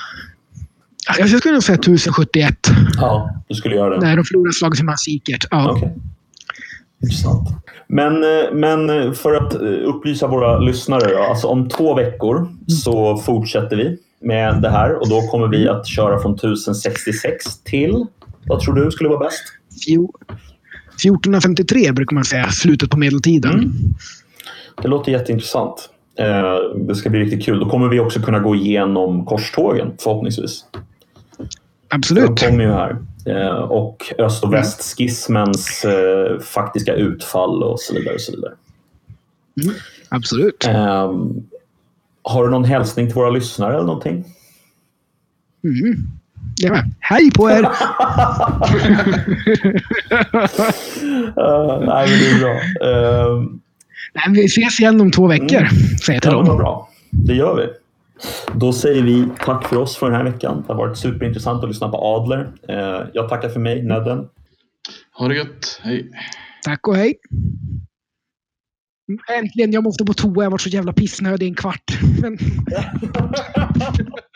Jag skulle nog säga tusen sjuttioett. Ja, du skulle göra det. När de förlorade slaget till Massakert. Ja. Okay. Intressant. Men, men för att upplysa våra lyssnare då, alltså om två veckor mm. så fortsätter vi med det här och då kommer vi att köra från tusen sextiosex till, vad tror du skulle vara bäst? fjortonhundrafemtiotre brukar man säga, slutet på medeltiden. Mm. Det låter jätteintressant. Det ska bli riktigt kul. Då kommer vi också kunna gå igenom korstågen förhoppningsvis. Absolut. De kommer ju här. Och öst- och västskismens mm. faktiska utfall och så vidare. Och så vidare. Mm. Absolut. Um, har du någon hälsning till våra lyssnare eller någonting? Mm. Ja, hej på er! uh, nej, men det är bra. Uh, nej, vi ses igen om två veckor, mm. säger jag till ja, dem. Bra. Det gör vi. Då säger vi tack för oss för den här veckan. Det har varit superintressant att lyssna på Adler. Uh, jag tackar för mig, Nödden. Ha det gött. Hej. Tack och hej. Äntligen, jag måste på toa. Jag har varit så jävla pissnödig i en kvart. Men...